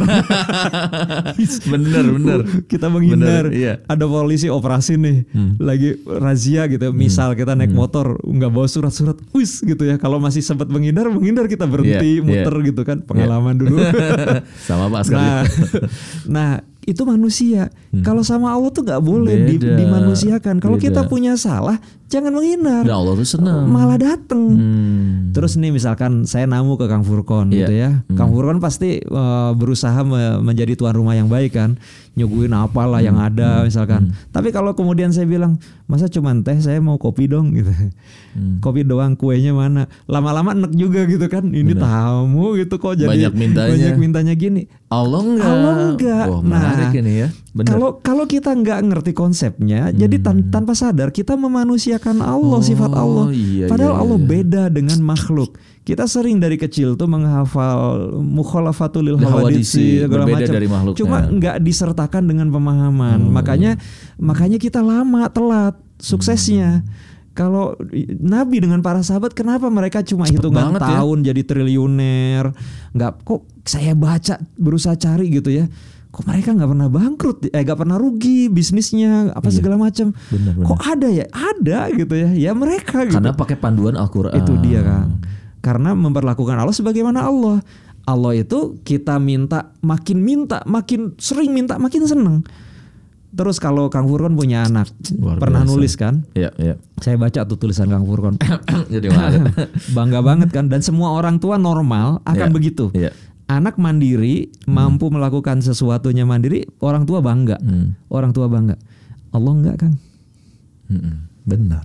bener bener. Kita menghindar. Bener, iya. Ada polisi operasi nih, hmm. lagi razia gitu. Hmm. Misal kita naik hmm. motor nggak bawa surat-surat, wis gitu ya. Kalau masih sempat menghindar, menghindar kita berhenti yeah, muter yeah. gitu kan. Pengalaman yeah. dulu. Sama Pak sekali. Nah, nah itu manusia. Hmm. Kalau sama Allah tuh nggak boleh di, dimanusiakan. Kalau kita punya salah, jangan menghindar. Ya Allah tuh senang. Malah dateng. Hmm. Terus nih misalkan saya namu ke Kang Furqon yeah. gitu ya. Hmm. Kang Furqon pasti uh, berusaha me- menjadi tuan rumah yang baik kan. Nyuguhin apalah hmm. yang ada misalkan. Hmm. Tapi kalau kemudian saya bilang, masa cuma teh, saya mau kopi dong gitu. Hmm. Kopi doang, kuenya mana? Lama-lama enek juga gitu kan. Ini Bener. tamu gitu kok jadi banyak mintanya. Banyak mintanya gini. Allah enggak. Allah enggak. Oh, nah, ini ya. Kalau kalau kita nggak ngerti konsepnya, hmm. jadi tan- tanpa sadar kita memanusiakan Allah, oh, sifat Allah. Iya, Padahal iya, Allah iya. beda dengan makhluk. Kita sering dari kecil tuh menghafal mukhalafatul lil hawaditsi segala macam. Dari makhluknya. Cuma nggak disertakan dengan pemahaman. Hmm. Makanya makanya kita lama telat suksesnya. Hmm. Kalau Nabi dengan para sahabat, kenapa mereka cuma Cepet hitungan tahun ya? Jadi triliuner? Nggak, kok saya baca berusaha cari gitu ya. Kok mereka nggak pernah bangkrut, eh nggak pernah rugi bisnisnya apa iya. segala macam. Kok ada ya? Ada gitu ya. Ya mereka. Gitu. Karena pakai panduan Al-Quran. Itu dia Kang. Karena memperlakukan Allah sebagaimana Allah. Allah itu kita minta, makin minta, makin sering minta, makin seneng. Terus kalau Kang Furqon punya anak, Luar pernah biasa. nulis kan? Iya, iya. Saya baca tuh tulisan Kang Furqon. Jadi mana? Bangga banget kan. Dan semua orang tua normal akan ya, begitu. Ya. Anak mandiri, hmm. mampu melakukan sesuatunya mandiri, orang tua bangga. Hmm. Orang tua bangga. Allah enggak Kang? Hmm. Benar.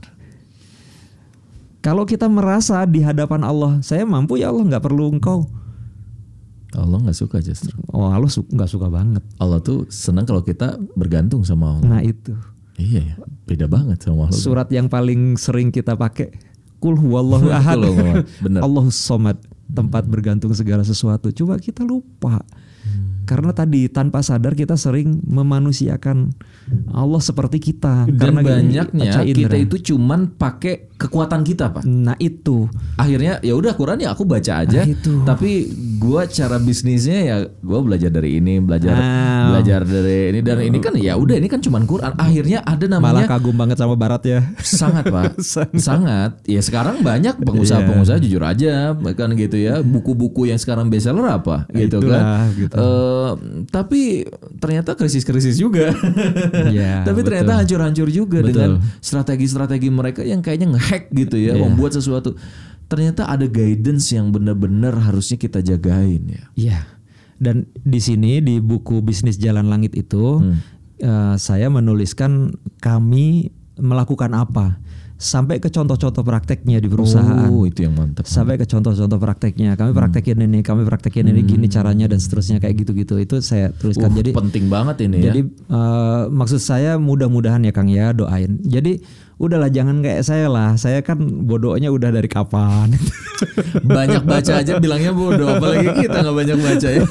Kalau kita merasa di hadapan Allah, saya mampu ya Allah, nggak perlu engkau. Allah nggak suka justru. Oh Allah su- nggak suka banget. Allah tuh senang kalau kita bergantung sama Allah. Nah itu. Iya ya, beda banget sama Allah. Surat yang paling sering kita pakai, Qul huwallahu ahad. Allahus somad, tempat bergantung segala sesuatu. Coba kita lupa. Hmm. Karena tadi tanpa sadar kita sering memanusiakan Allah seperti kita. Dan karena banyaknya kita itu cuman pakai kekuatan kita, Pak. Nah itu. Akhirnya ya udah Quran ya aku baca aja. Nah, itu. Tapi gua cara bisnisnya ya gua belajar dari ini, belajar Ah. belajar dari ini dan ini kan ya udah ini kan cuman Quran. Akhirnya ada Malah namanya kagum banget sama Barat ya. sangat, Pak. Sangat. sangat. Ya sekarang banyak pengusaha-pengusaha jujur aja kan gitu ya. Buku-buku yang sekarang bestseller apa gitu Itulah, kan. gitu. Eh, tapi ternyata krisis-krisis juga. Ya, tapi ternyata betul. hancur-hancur juga Betul. dengan strategi-strategi mereka yang kayaknya ngehack gitu ya, Iya. membuat sesuatu. Ternyata ada guidance yang benar-benar harusnya kita jagain ya. Iya. Dan di sini di buku Bisnis Jalan Langit itu Hmm. eh, saya menuliskan kami melakukan apa sampai ke contoh-contoh prakteknya di perusahaan. Oh, itu yang mantap. Sampai ke contoh-contoh prakteknya. Kami praktekin ini, kami praktekin ini gini caranya dan seterusnya kayak gitu-gitu. Itu saya tuliskan. Uh, Jadi penting banget ini Jadi ya. eh, maksud saya mudah-mudahan ya Kang ya doain. Jadi udahlah jangan kayak saya lah. Saya kan bodohnya udah dari kapan. Banyak baca aja bilangnya bodoh, apalagi kita nggak banyak baca ya.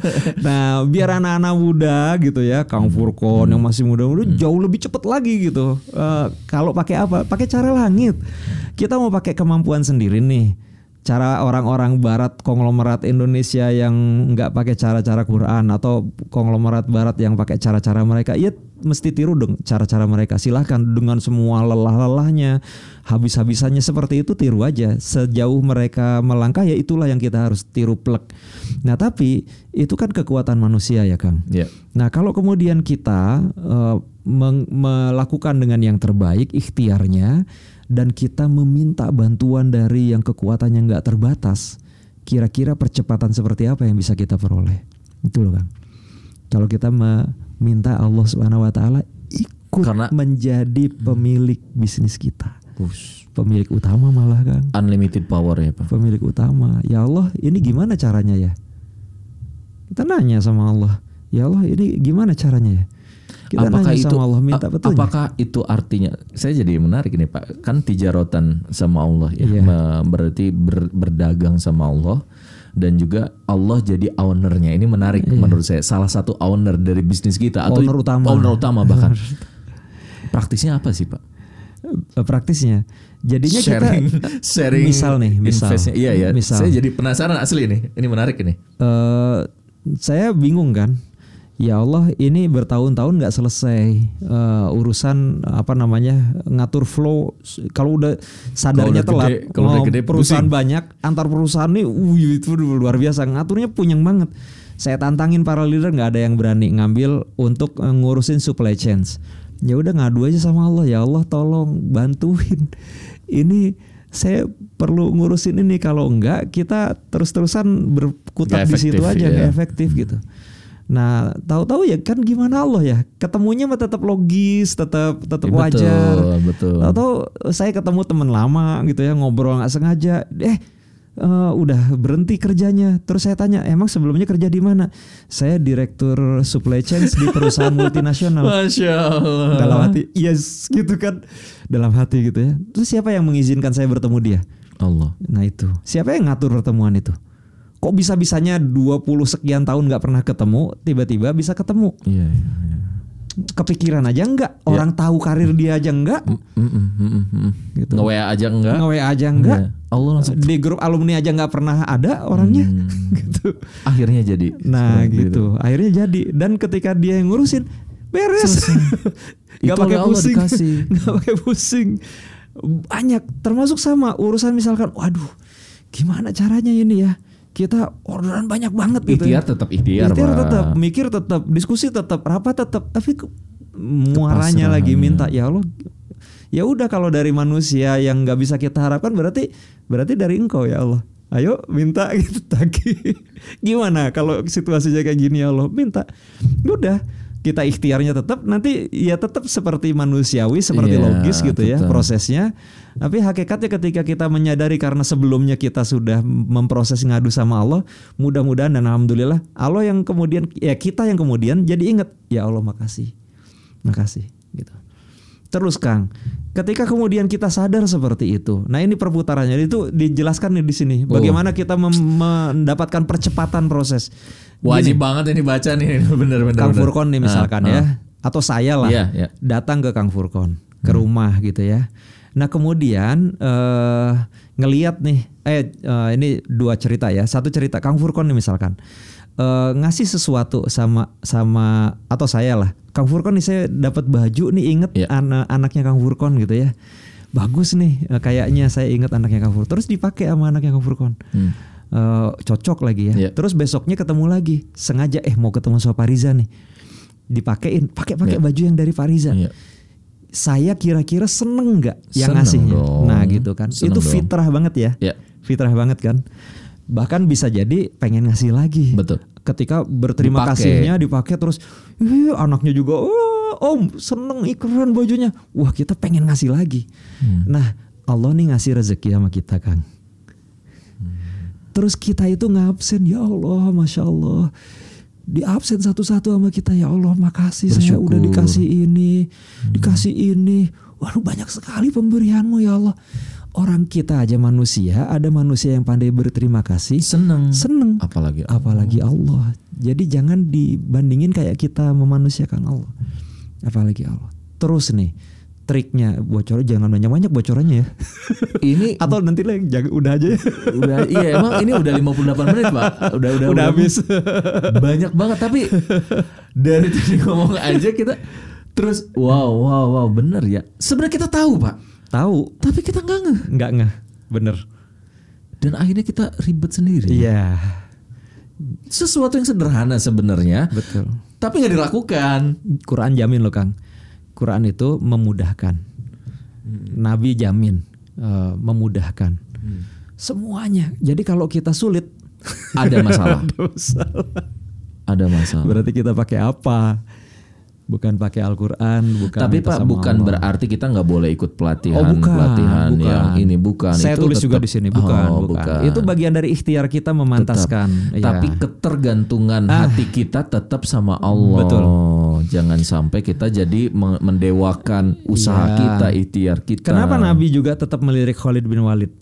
Nah biar anak-anak muda gitu ya, Kang Furkon yang masih muda-muda jauh lebih cepet lagi gitu. Eh, kalau pakai apa? Pakai cara langit. Kita mau pakai kemampuan sendiri nih. Cara orang-orang Barat konglomerat Indonesia yang nggak pakai cara-cara Quran atau konglomerat Barat yang pakai cara-cara mereka, ya mesti tiru dong cara-cara mereka. Silahkan dengan semua lelah-lelahnya, habis-habisannya seperti itu tiru aja. Sejauh mereka melangkah ya itulah yang kita harus tiru plek. Nah tapi itu kan kekuatan manusia ya Kang. Ya. Nah kalau kemudian kita uh, meng- melakukan dengan yang terbaik ikhtiarnya dan kita meminta bantuan dari yang kekuatannya nggak terbatas, kira-kira percepatan seperti apa yang bisa kita peroleh? Itu loh Kang. Kalau kita meminta Allah Subhanahu Wa Taala ikut Karena- menjadi pemilik bisnis kita, Push. pemilik utama malah Kang, Unlimited power ya, Pak. pemilik utama. Ya Allah, ini gimana caranya ya? Kita nanya sama Allah, ya Allah ini gimana caranya ya? Kita Apakah nanya itu sama Allah minta a- petunjuk. apakah itu artinya saya jadi menarik ini Pak, kan tijarotan sama Allah ya, Iya. Me- berarti ber- berdagang sama Allah dan juga Allah jadi ownernya. Ini menarik menurut saya, salah satu owner dari bisnis kita atau Owner utama. owner utama bahkan. Praktisnya apa sih Pak? Eh, praktisnya jadinya sharing, kita sharing misal nih misal investnya. Iya ya. misal Saya jadi penasaran asli ini. Ini menarik ini. eh, saya bingung kan, ya Allah ini bertahun-tahun nggak selesai eh, urusan apa namanya ngatur flow. Kalau udah sadarnya Kalau udah telat, gede- kalau udah mau gede perusahaan pusing. banyak, antar perusahaan nih wih, itu luar biasa, ngaturnya punyang banget. Saya tantangin para leader, nggak ada yang berani ngambil untuk eh, ngurusin supply chains. Ya udah ngadu aja sama Allah, ya Allah tolong bantuin. Ini saya perlu ngurusin ini, kalau enggak kita terus-terusan berkutat Nggak di situ efektif, aja, ya. nggak efektif gitu. Nah, tahu-tahu ya kan gimana Allah ya, ketemunya mah tetap logis, tetap tetap Ya, wajar. betul, betul. Tahu-tahu saya ketemu teman lama gitu ya, ngobrol nggak sengaja, eh eh, udah berhenti kerjanya. Terus saya tanya, emang sebelumnya kerja di mana? Saya direktur supply chain di perusahaan multinasional. Masya Allah. Dalam hati, yes gitu kan, dalam hati gitu ya. Terus siapa yang mengizinkan saya bertemu dia? Allah. Nah itu, siapa yang ngatur pertemuan itu? Kok bisa-bisanya dua puluh sekian tahun nggak pernah ketemu, tiba-tiba bisa ketemu? Iya. iya, iya. Kepikiran aja enggak? Orang tahu karir dia aja enggak? Mm, mm, mm, mm, mm. Gitu. Nge-W A aja enggak? Nge-W A aja enggak? Iya. Allah langsung Di grup alumni aja nggak pernah ada orangnya. gitu. akhirnya jadi. Nah Seperti gitu, akhirnya jadi. Dan ketika dia yang ngurusin, beres. Nggak Itu pakai oleh Allah pusing, dikasih. nggak pakai pusing. Banyak, termasuk sama urusan misalkan, waduh, gimana caranya ini ya? Kita orderan banyak banget gitu. Ikhtiar ya. tetap ikhtiar, Ikhtiar Pak. tetap, mikir tetap, diskusi tetap, rapat tetap, tapi ke- muaranya Kepasrahannya. lagi minta, ya Allah. Ya udah, kalau dari manusia yang nggak bisa kita harapkan, berarti berarti dari Engkau ya Allah. Ayo minta gitu tagih. Gimana kalau situasinya kayak gini ya Allah? Minta. Udah, kita ikhtiarnya tetap, nanti ya tetap seperti manusiawi, seperti Iya, logis gitu ya tetap. prosesnya. Tapi hakikatnya ketika kita menyadari karena sebelumnya kita sudah memproses ngadu sama Allah, mudah-mudahan dan alhamdulillah Allah yang kemudian, ya kita yang kemudian jadi ingat, ya Allah makasih, makasih gitu. Terus Kang, ketika kemudian kita sadar seperti itu, nah ini perputarannya itu dijelaskan nih di sini. Bagaimana kita mem- mendapatkan percepatan proses. Wajib Gini, banget ini baca nih, bener-bener. Kang Furkon nih misalkan Ah, ya, ah. atau saya lah Iya, iya. datang ke Kang Furkon ke rumah gitu ya. Nah kemudian eh, ngeliat nih, eh eh, ini dua cerita ya. Satu cerita Kang Furkon nih misalkan eh, ngasih sesuatu sama sama atau saya lah. Kang Furkon nih saya dapat baju nih, inget Iya. anak anaknya Kang Furkon gitu ya. Bagus nih, eh, kayaknya saya inget anaknya Kang Furkon. Terus dipakai sama anaknya Kang Furkon. Hmm. Eh, cocok lagi ya. Iya. Terus besoknya ketemu lagi. Sengaja eh mau ketemu sama Pak Riza nih. Dipakein, pakai-pakai Iya. baju yang dari Pak Riza. Iya. Saya kira-kira seneng nggak yang Seneng ngasihnya? dong. Nah gitu kan. Seneng Itu dong. fitrah banget ya. Ya, Fitrah banget kan. Bahkan bisa jadi pengen ngasih lagi. betul. Ketika berterima Dipakai. kasihnya dipakai terus, "Ih, anaknya juga, oh, om seneng keren bajunya." Wah kita pengen ngasih lagi. Hmm. Nah Allah nih ngasih rezeki sama kita Kang. Terus kita itu ngabsen, ya Allah, masya Allah, di absen satu-satu sama kita, ya Allah, makasih saya Bersyukur. udah dikasih ini, dikasih ini. Waduh banyak sekali pemberianmu ya Allah. Orang kita aja manusia, ada manusia yang pandai berterima kasih, Seneng. seneng. Apalagi Apalagi Allah. Jadi jangan dibandingin kayak kita memanusiakan Allah. Apalagi Allah. Terus nih triknya, bocor jangan banyak-banyak bocorannya ya. ini Atau nanti lah jangan, udah aja ya. udah iya emang ini udah lima puluh delapan menit Pak. Udah udah Udah habis. Banyak banget tapi dari tadi ngomong aja kita terus wow wow wow bener ya. Sebenarnya kita tahu Pak, Tahu, tapi kita nggak ngeh. nggak ngeh, bener. Dan akhirnya kita ribet sendiri. Iya, Sesuatu yang sederhana sebenarnya, betul. tapi nggak dilakukan. Quran jamin loh Kang. Quran itu memudahkan. Nabi jamin eh, memudahkan. Semuanya. Jadi kalau kita sulit, Ada masalah. ada masalah. Ada masalah. Berarti kita pakai apa? Bukan pakai Al-Quran, bukan. Tapi minta Pak sama bukan Allah. berarti kita nggak boleh ikut pelatihan Oh, bukan, pelatihan bukan. yang ini bukan. Saya Itu tulis juga tetap- di sini, bukan, Oh, bukan. Itu bagian dari ikhtiar kita memantaskan. Iya. Tapi ketergantungan Ah. hati kita tetap sama Allah. Betul. Jangan sampai kita jadi me- mendewakan usaha Iya. kita, ikhtiar kita. Kenapa Nabi juga tetap melirik Khalid bin Walid?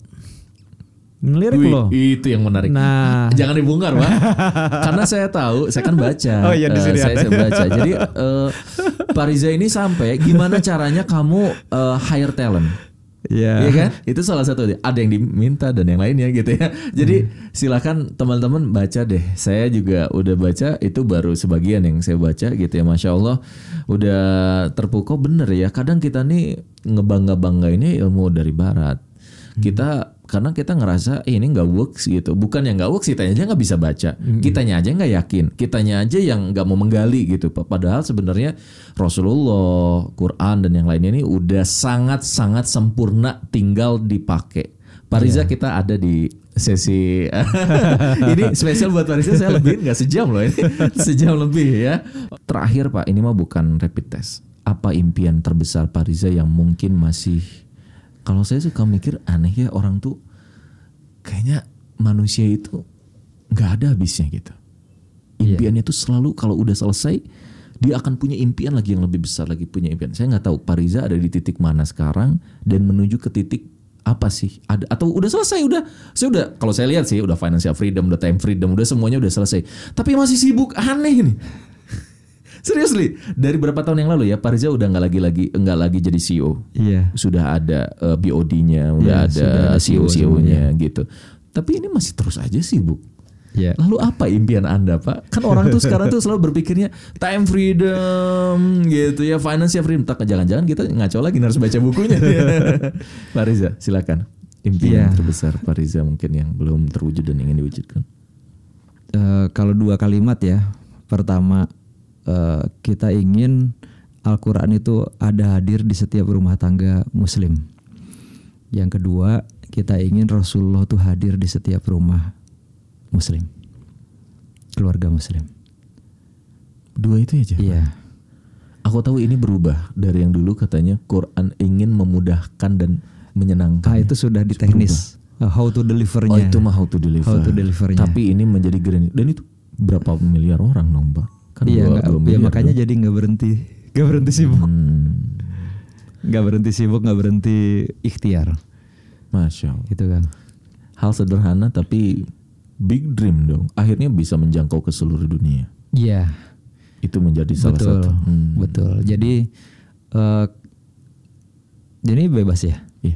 Melirik Wih, loh. itu yang menarik. Nah. Jangan dibongkar, Pak. Karena saya tahu, saya kan baca. Oh iya, di Eh, sini saya, ada. saya baca. Jadi eh, Pak Riza ini sampai gimana caranya kamu eh, hire talent? Iya. Iya kan? Itu salah satu. Ada yang diminta dan yang lainnya gitu ya. Jadi silakan teman-teman baca deh. Saya juga udah baca, itu baru sebagian yang saya baca gitu ya. Masya Allah udah terpukau bener ya. Kadang kita nih ngebangga-bangga ini ilmu dari barat. Kita karena kita ngerasa eh, ini nggak works gitu. Bukan yang nggak works, kitanya aja nggak bisa baca. Kitanya aja nggak yakin. Kitanya aja yang nggak mau menggali gitu. Padahal sebenarnya Rasulullah, Quran dan yang lainnya ini udah sangat-sangat sempurna, tinggal dipakai. Pak Riza kita ada di sesi ini spesial buat Pak Riza, saya lebihin nggak sejam loh ini. Sejam lebih ya. Terakhir Pak, ini mah bukan rapid test. Apa impian terbesar Pak Riza yang mungkin masih, kalau saya suka mikir aneh ya, orang tuh kayaknya manusia itu nggak ada habisnya gitu. Impiannya tuh selalu kalau udah selesai dia akan punya impian lagi yang lebih besar lagi, punya impian. Saya nggak tahu Pak Riza ada di titik mana sekarang dan menuju ke titik apa sih? Ada atau udah selesai udah? Saya udah, kalau saya lihat sih udah financial freedom, udah time freedom, udah semuanya udah selesai. Tapi masih sibuk, aneh nih. Serius li, dari berapa tahun yang lalu ya Pak Riza udah nggak lagi lagi nggak lagi jadi C E O. Iya. Sudah ada uh, B O D-nya, udah Iya, ada sudah ada C E O-C E O-nya gitu. Tapi ini masih terus aja sibuk. Iya. Lalu apa impian Anda Pak? Kan orang tuh sekarang tuh selalu berpikirnya time freedom gitu ya, financial freedom. Tak, jangan-jangan kita ngaco lagi harus baca bukunya. Pak Riza silakan. Impian Iya. terbesar Pak Riza mungkin yang belum terwujud dan ingin diwujudkan. Eh, kalau dua kalimat ya. Pertama, eh, kita ingin Al-Quran itu ada hadir di setiap rumah tangga Muslim. Yang kedua, kita ingin Rasulullah itu hadir di setiap rumah Muslim, keluarga Muslim. Dua itu aja. Iya. Aku tahu ini berubah dari yang dulu katanya Quran ingin memudahkan dan menyenangkan. Ah, itu sudah di teknis. Uh, how to delivernya. Oh itu mah how to deliver. How to delivernya. Tapi ini menjadi grand, dan itu berapa miliar orang dong Pak? Kan Iya, dua- nggak- dua ya miliar makanya dong. jadi nggak berhenti, nggak berhenti sibuk. Hmm. Nggak berhenti sibuk, nggak berhenti ikhtiar. Masya Allah. Gitu kan. Hal sederhana tapi big dream dong. Akhirnya bisa menjangkau ke seluruh dunia. Iya. Itu menjadi salah Betul, satu. Hmm. betul. Jadi uh, jadi bebas ya. Iya.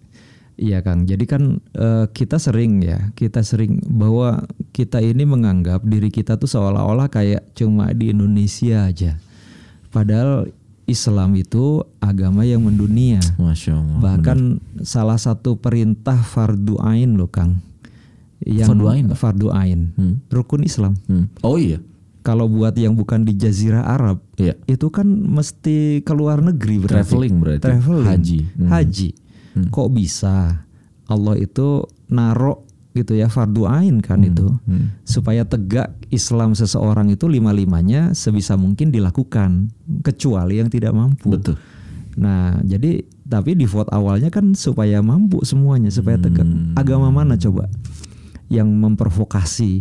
Iya Kang. Jadi kan uh, kita sering ya, kita sering bahwa kita ini menganggap diri kita tuh seolah-olah kayak cuma di Indonesia aja. Padahal Islam itu agama yang mendunia. Masya Allah. Bahkan benar. Salah satu perintah fardu ain loh Kang. Yang fardu ain, Pak? Fardu ain. Hmm. Rukun Islam. Hmm. Oh iya. Kalau buat yang bukan di Jazirah Arab, iya. itu kan mesti ke luar negeri berarti. Traveling berarti. Traveling. Haji. Hmm. Haji. Hmm. Kok bisa? Allah itu narok gitu ya fardu ain kan hmm. itu hmm. supaya tegak Islam seseorang itu lima-limanya sebisa mungkin dilakukan kecuali yang tidak mampu. Betul. Nah jadi tapi di vote awalnya kan supaya mampu semuanya supaya tegak. Hmm. Agama mana coba yang memprovokasi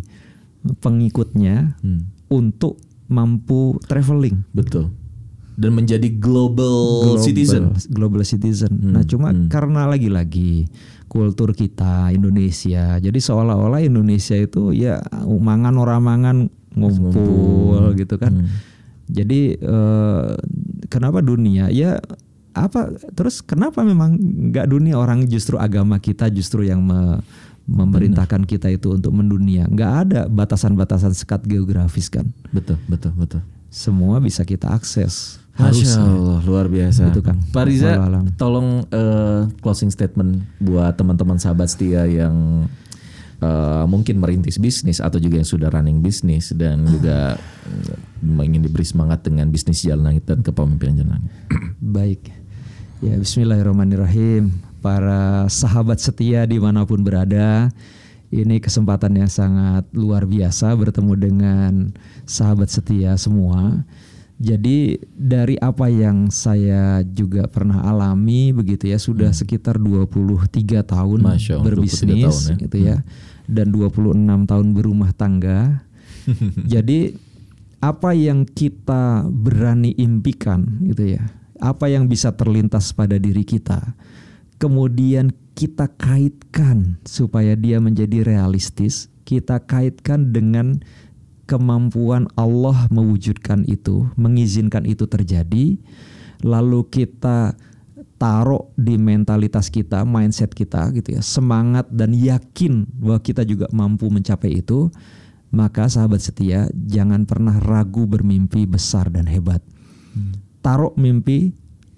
pengikutnya hmm. untuk mampu traveling? Betul. Dan menjadi global, global citizen. Global citizen. Hmm. Nah cuma hmm. karena lagi-lagi kultur kita Indonesia, jadi seolah-olah Indonesia itu ya mangan orang mangan ngumpul, ngumpul gitu kan. Hmm. Jadi eh, kenapa dunia ya apa terus kenapa memang nggak dunia orang justru agama kita justru yang me, memerintahkan Benar. Kita itu untuk mendunia. Nggak ada batasan-batasan sekat geografis kan. Betul betul betul. Semua bisa kita akses. Masya Allah, luar biasa. Gitu, Kang. Pak Riza, tolong uh, closing statement buat teman-teman sahabat setia yang uh, mungkin merintis bisnis atau juga yang sudah running bisnis dan juga uh, ingin diberi semangat dengan bisnis Jalan Langit dan kepemimpinan Jalan Langit. Baik, ya Bismillahirrahmanirrahim. Para sahabat setia dimanapun berada, ini kesempatan yang sangat luar biasa bertemu dengan sahabat setia semua. Jadi dari apa yang saya juga pernah alami begitu ya, sudah hmm. sekitar dua puluh tiga tahun Masya, berbisnis tahun, ya. gitu ya. Hmm. Dan dua puluh enam tahun berumah tangga. Jadi apa yang kita berani impikan gitu ya. Apa yang bisa terlintas pada diri kita. Kemudian kita kaitkan supaya dia menjadi realistis, kita kaitkan dengan kemampuan Allah mewujudkan itu, mengizinkan itu terjadi, lalu kita taruh di mentalitas kita, mindset kita gitu ya, semangat dan yakin bahwa kita juga mampu mencapai itu, maka sahabat setia jangan pernah ragu bermimpi besar dan hebat. Hmm. Taruh mimpi,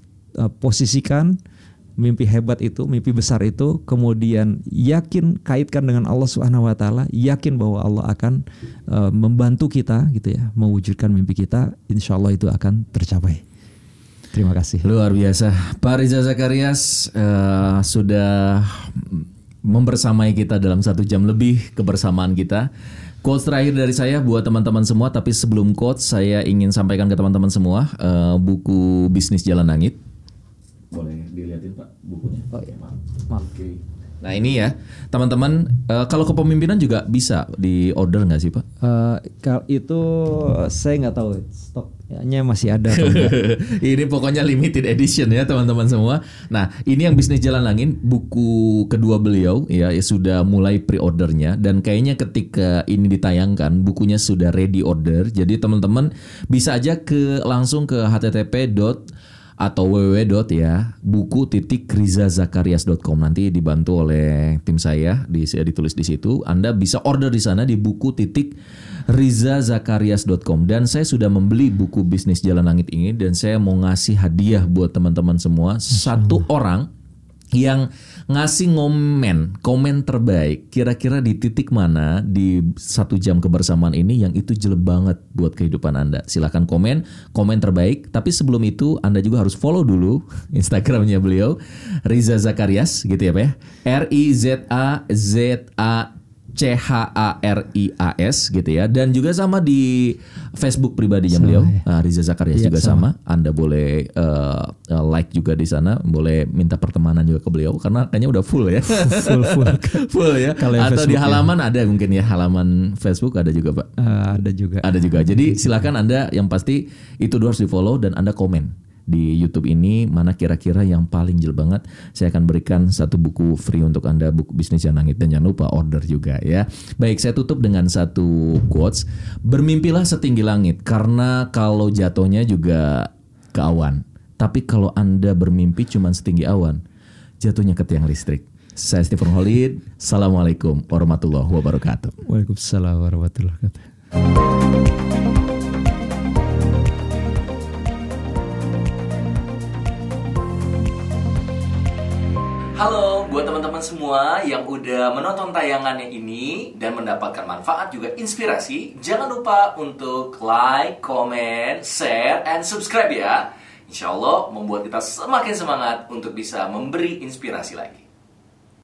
posisikan mimpi hebat itu, mimpi besar itu, kemudian yakin kaitkan dengan Allah Subhanahu wa taala, yakin bahwa Allah akan uh, membantu kita gitu ya, mewujudkan mimpi kita, insya Allah itu akan tercapai. Terima kasih. Luar biasa. Pak Riza Zakarias uh, sudah membersamai kita dalam satu jam lebih kebersamaan kita. Quotes terakhir dari saya buat teman-teman semua, tapi sebelum quotes saya ingin sampaikan ke teman-teman semua uh, buku Bisnis Jalan Langit. Boleh dilihatin Pak bukunya? Oh iya, maaf. Maaf. Oke. Nah ini ya teman-teman, uh, kalau kepemimpinan juga bisa di order nggak sih Pak? Uh, kalau itu saya nggak tahu stoknya masih ada. Ini pokoknya limited edition ya teman-teman semua. Nah ini yang Bisnis Jalan Langit, buku kedua beliau ya, ya sudah mulai pre-ordernya dan kayaknya ketika ini ditayangkan bukunya sudah ready order. Jadi teman-teman bisa aja ke langsung ke h t t p atau w w w ya buku titik riza zakarias dot com, nanti dibantu oleh tim saya, di ditulis di situ. Anda bisa order di sana di buku titik riza zakarias dot com, dan saya sudah membeli buku Bisnis Jalan Langit ini dan saya mau ngasih hadiah buat teman-teman semua. Satu orang yang ngasih ngomen, komen terbaik kira-kira di titik mana di satu jam kebersamaan ini yang itu jelek banget buat kehidupan Anda. Silahkan komen, komen terbaik. Tapi sebelum itu Anda juga harus follow dulu Instagramnya beliau, Riza Zakarias gitu ya Pak ya, R I Z A Z A C H A R I A S gitu ya. Dan juga sama di Facebook pribadinya sama, beliau ya. uh, Riza Zakarias ya, juga sama. sama Anda boleh uh, uh, like juga di sana, boleh minta pertemanan juga ke beliau karena kayaknya udah full ya. Full full, full ya. Atau Facebook di halaman ya. Ada mungkin ya, halaman Facebook ada juga Pak. Uh, ada juga. Ada juga. Jadi silakan Anda, yang pasti itu harus di follow dan Anda komen di YouTube ini mana kira-kira yang paling jel banget. Saya akan berikan satu buku free untuk Anda, buku Bisnis Jalan Langit, dan jangan lupa order juga ya. Baik, saya tutup dengan satu quotes. Bermimpilah setinggi langit, karena kalau jatuhnya juga ke awan. Tapi kalau Anda bermimpi cuma setinggi awan, jatuhnya ke tiang listrik. Saya Stephen Holid. Assalamualaikum warahmatullahi wabarakatuh. Waalaikumsalam warahmatullahi wabarakatuh. Halo buat teman-teman semua yang udah menonton tayangannya ini dan mendapatkan manfaat juga inspirasi. Jangan lupa untuk like, comment, share, and subscribe ya. Insya Allah membuat kita semakin semangat untuk bisa memberi inspirasi lagi.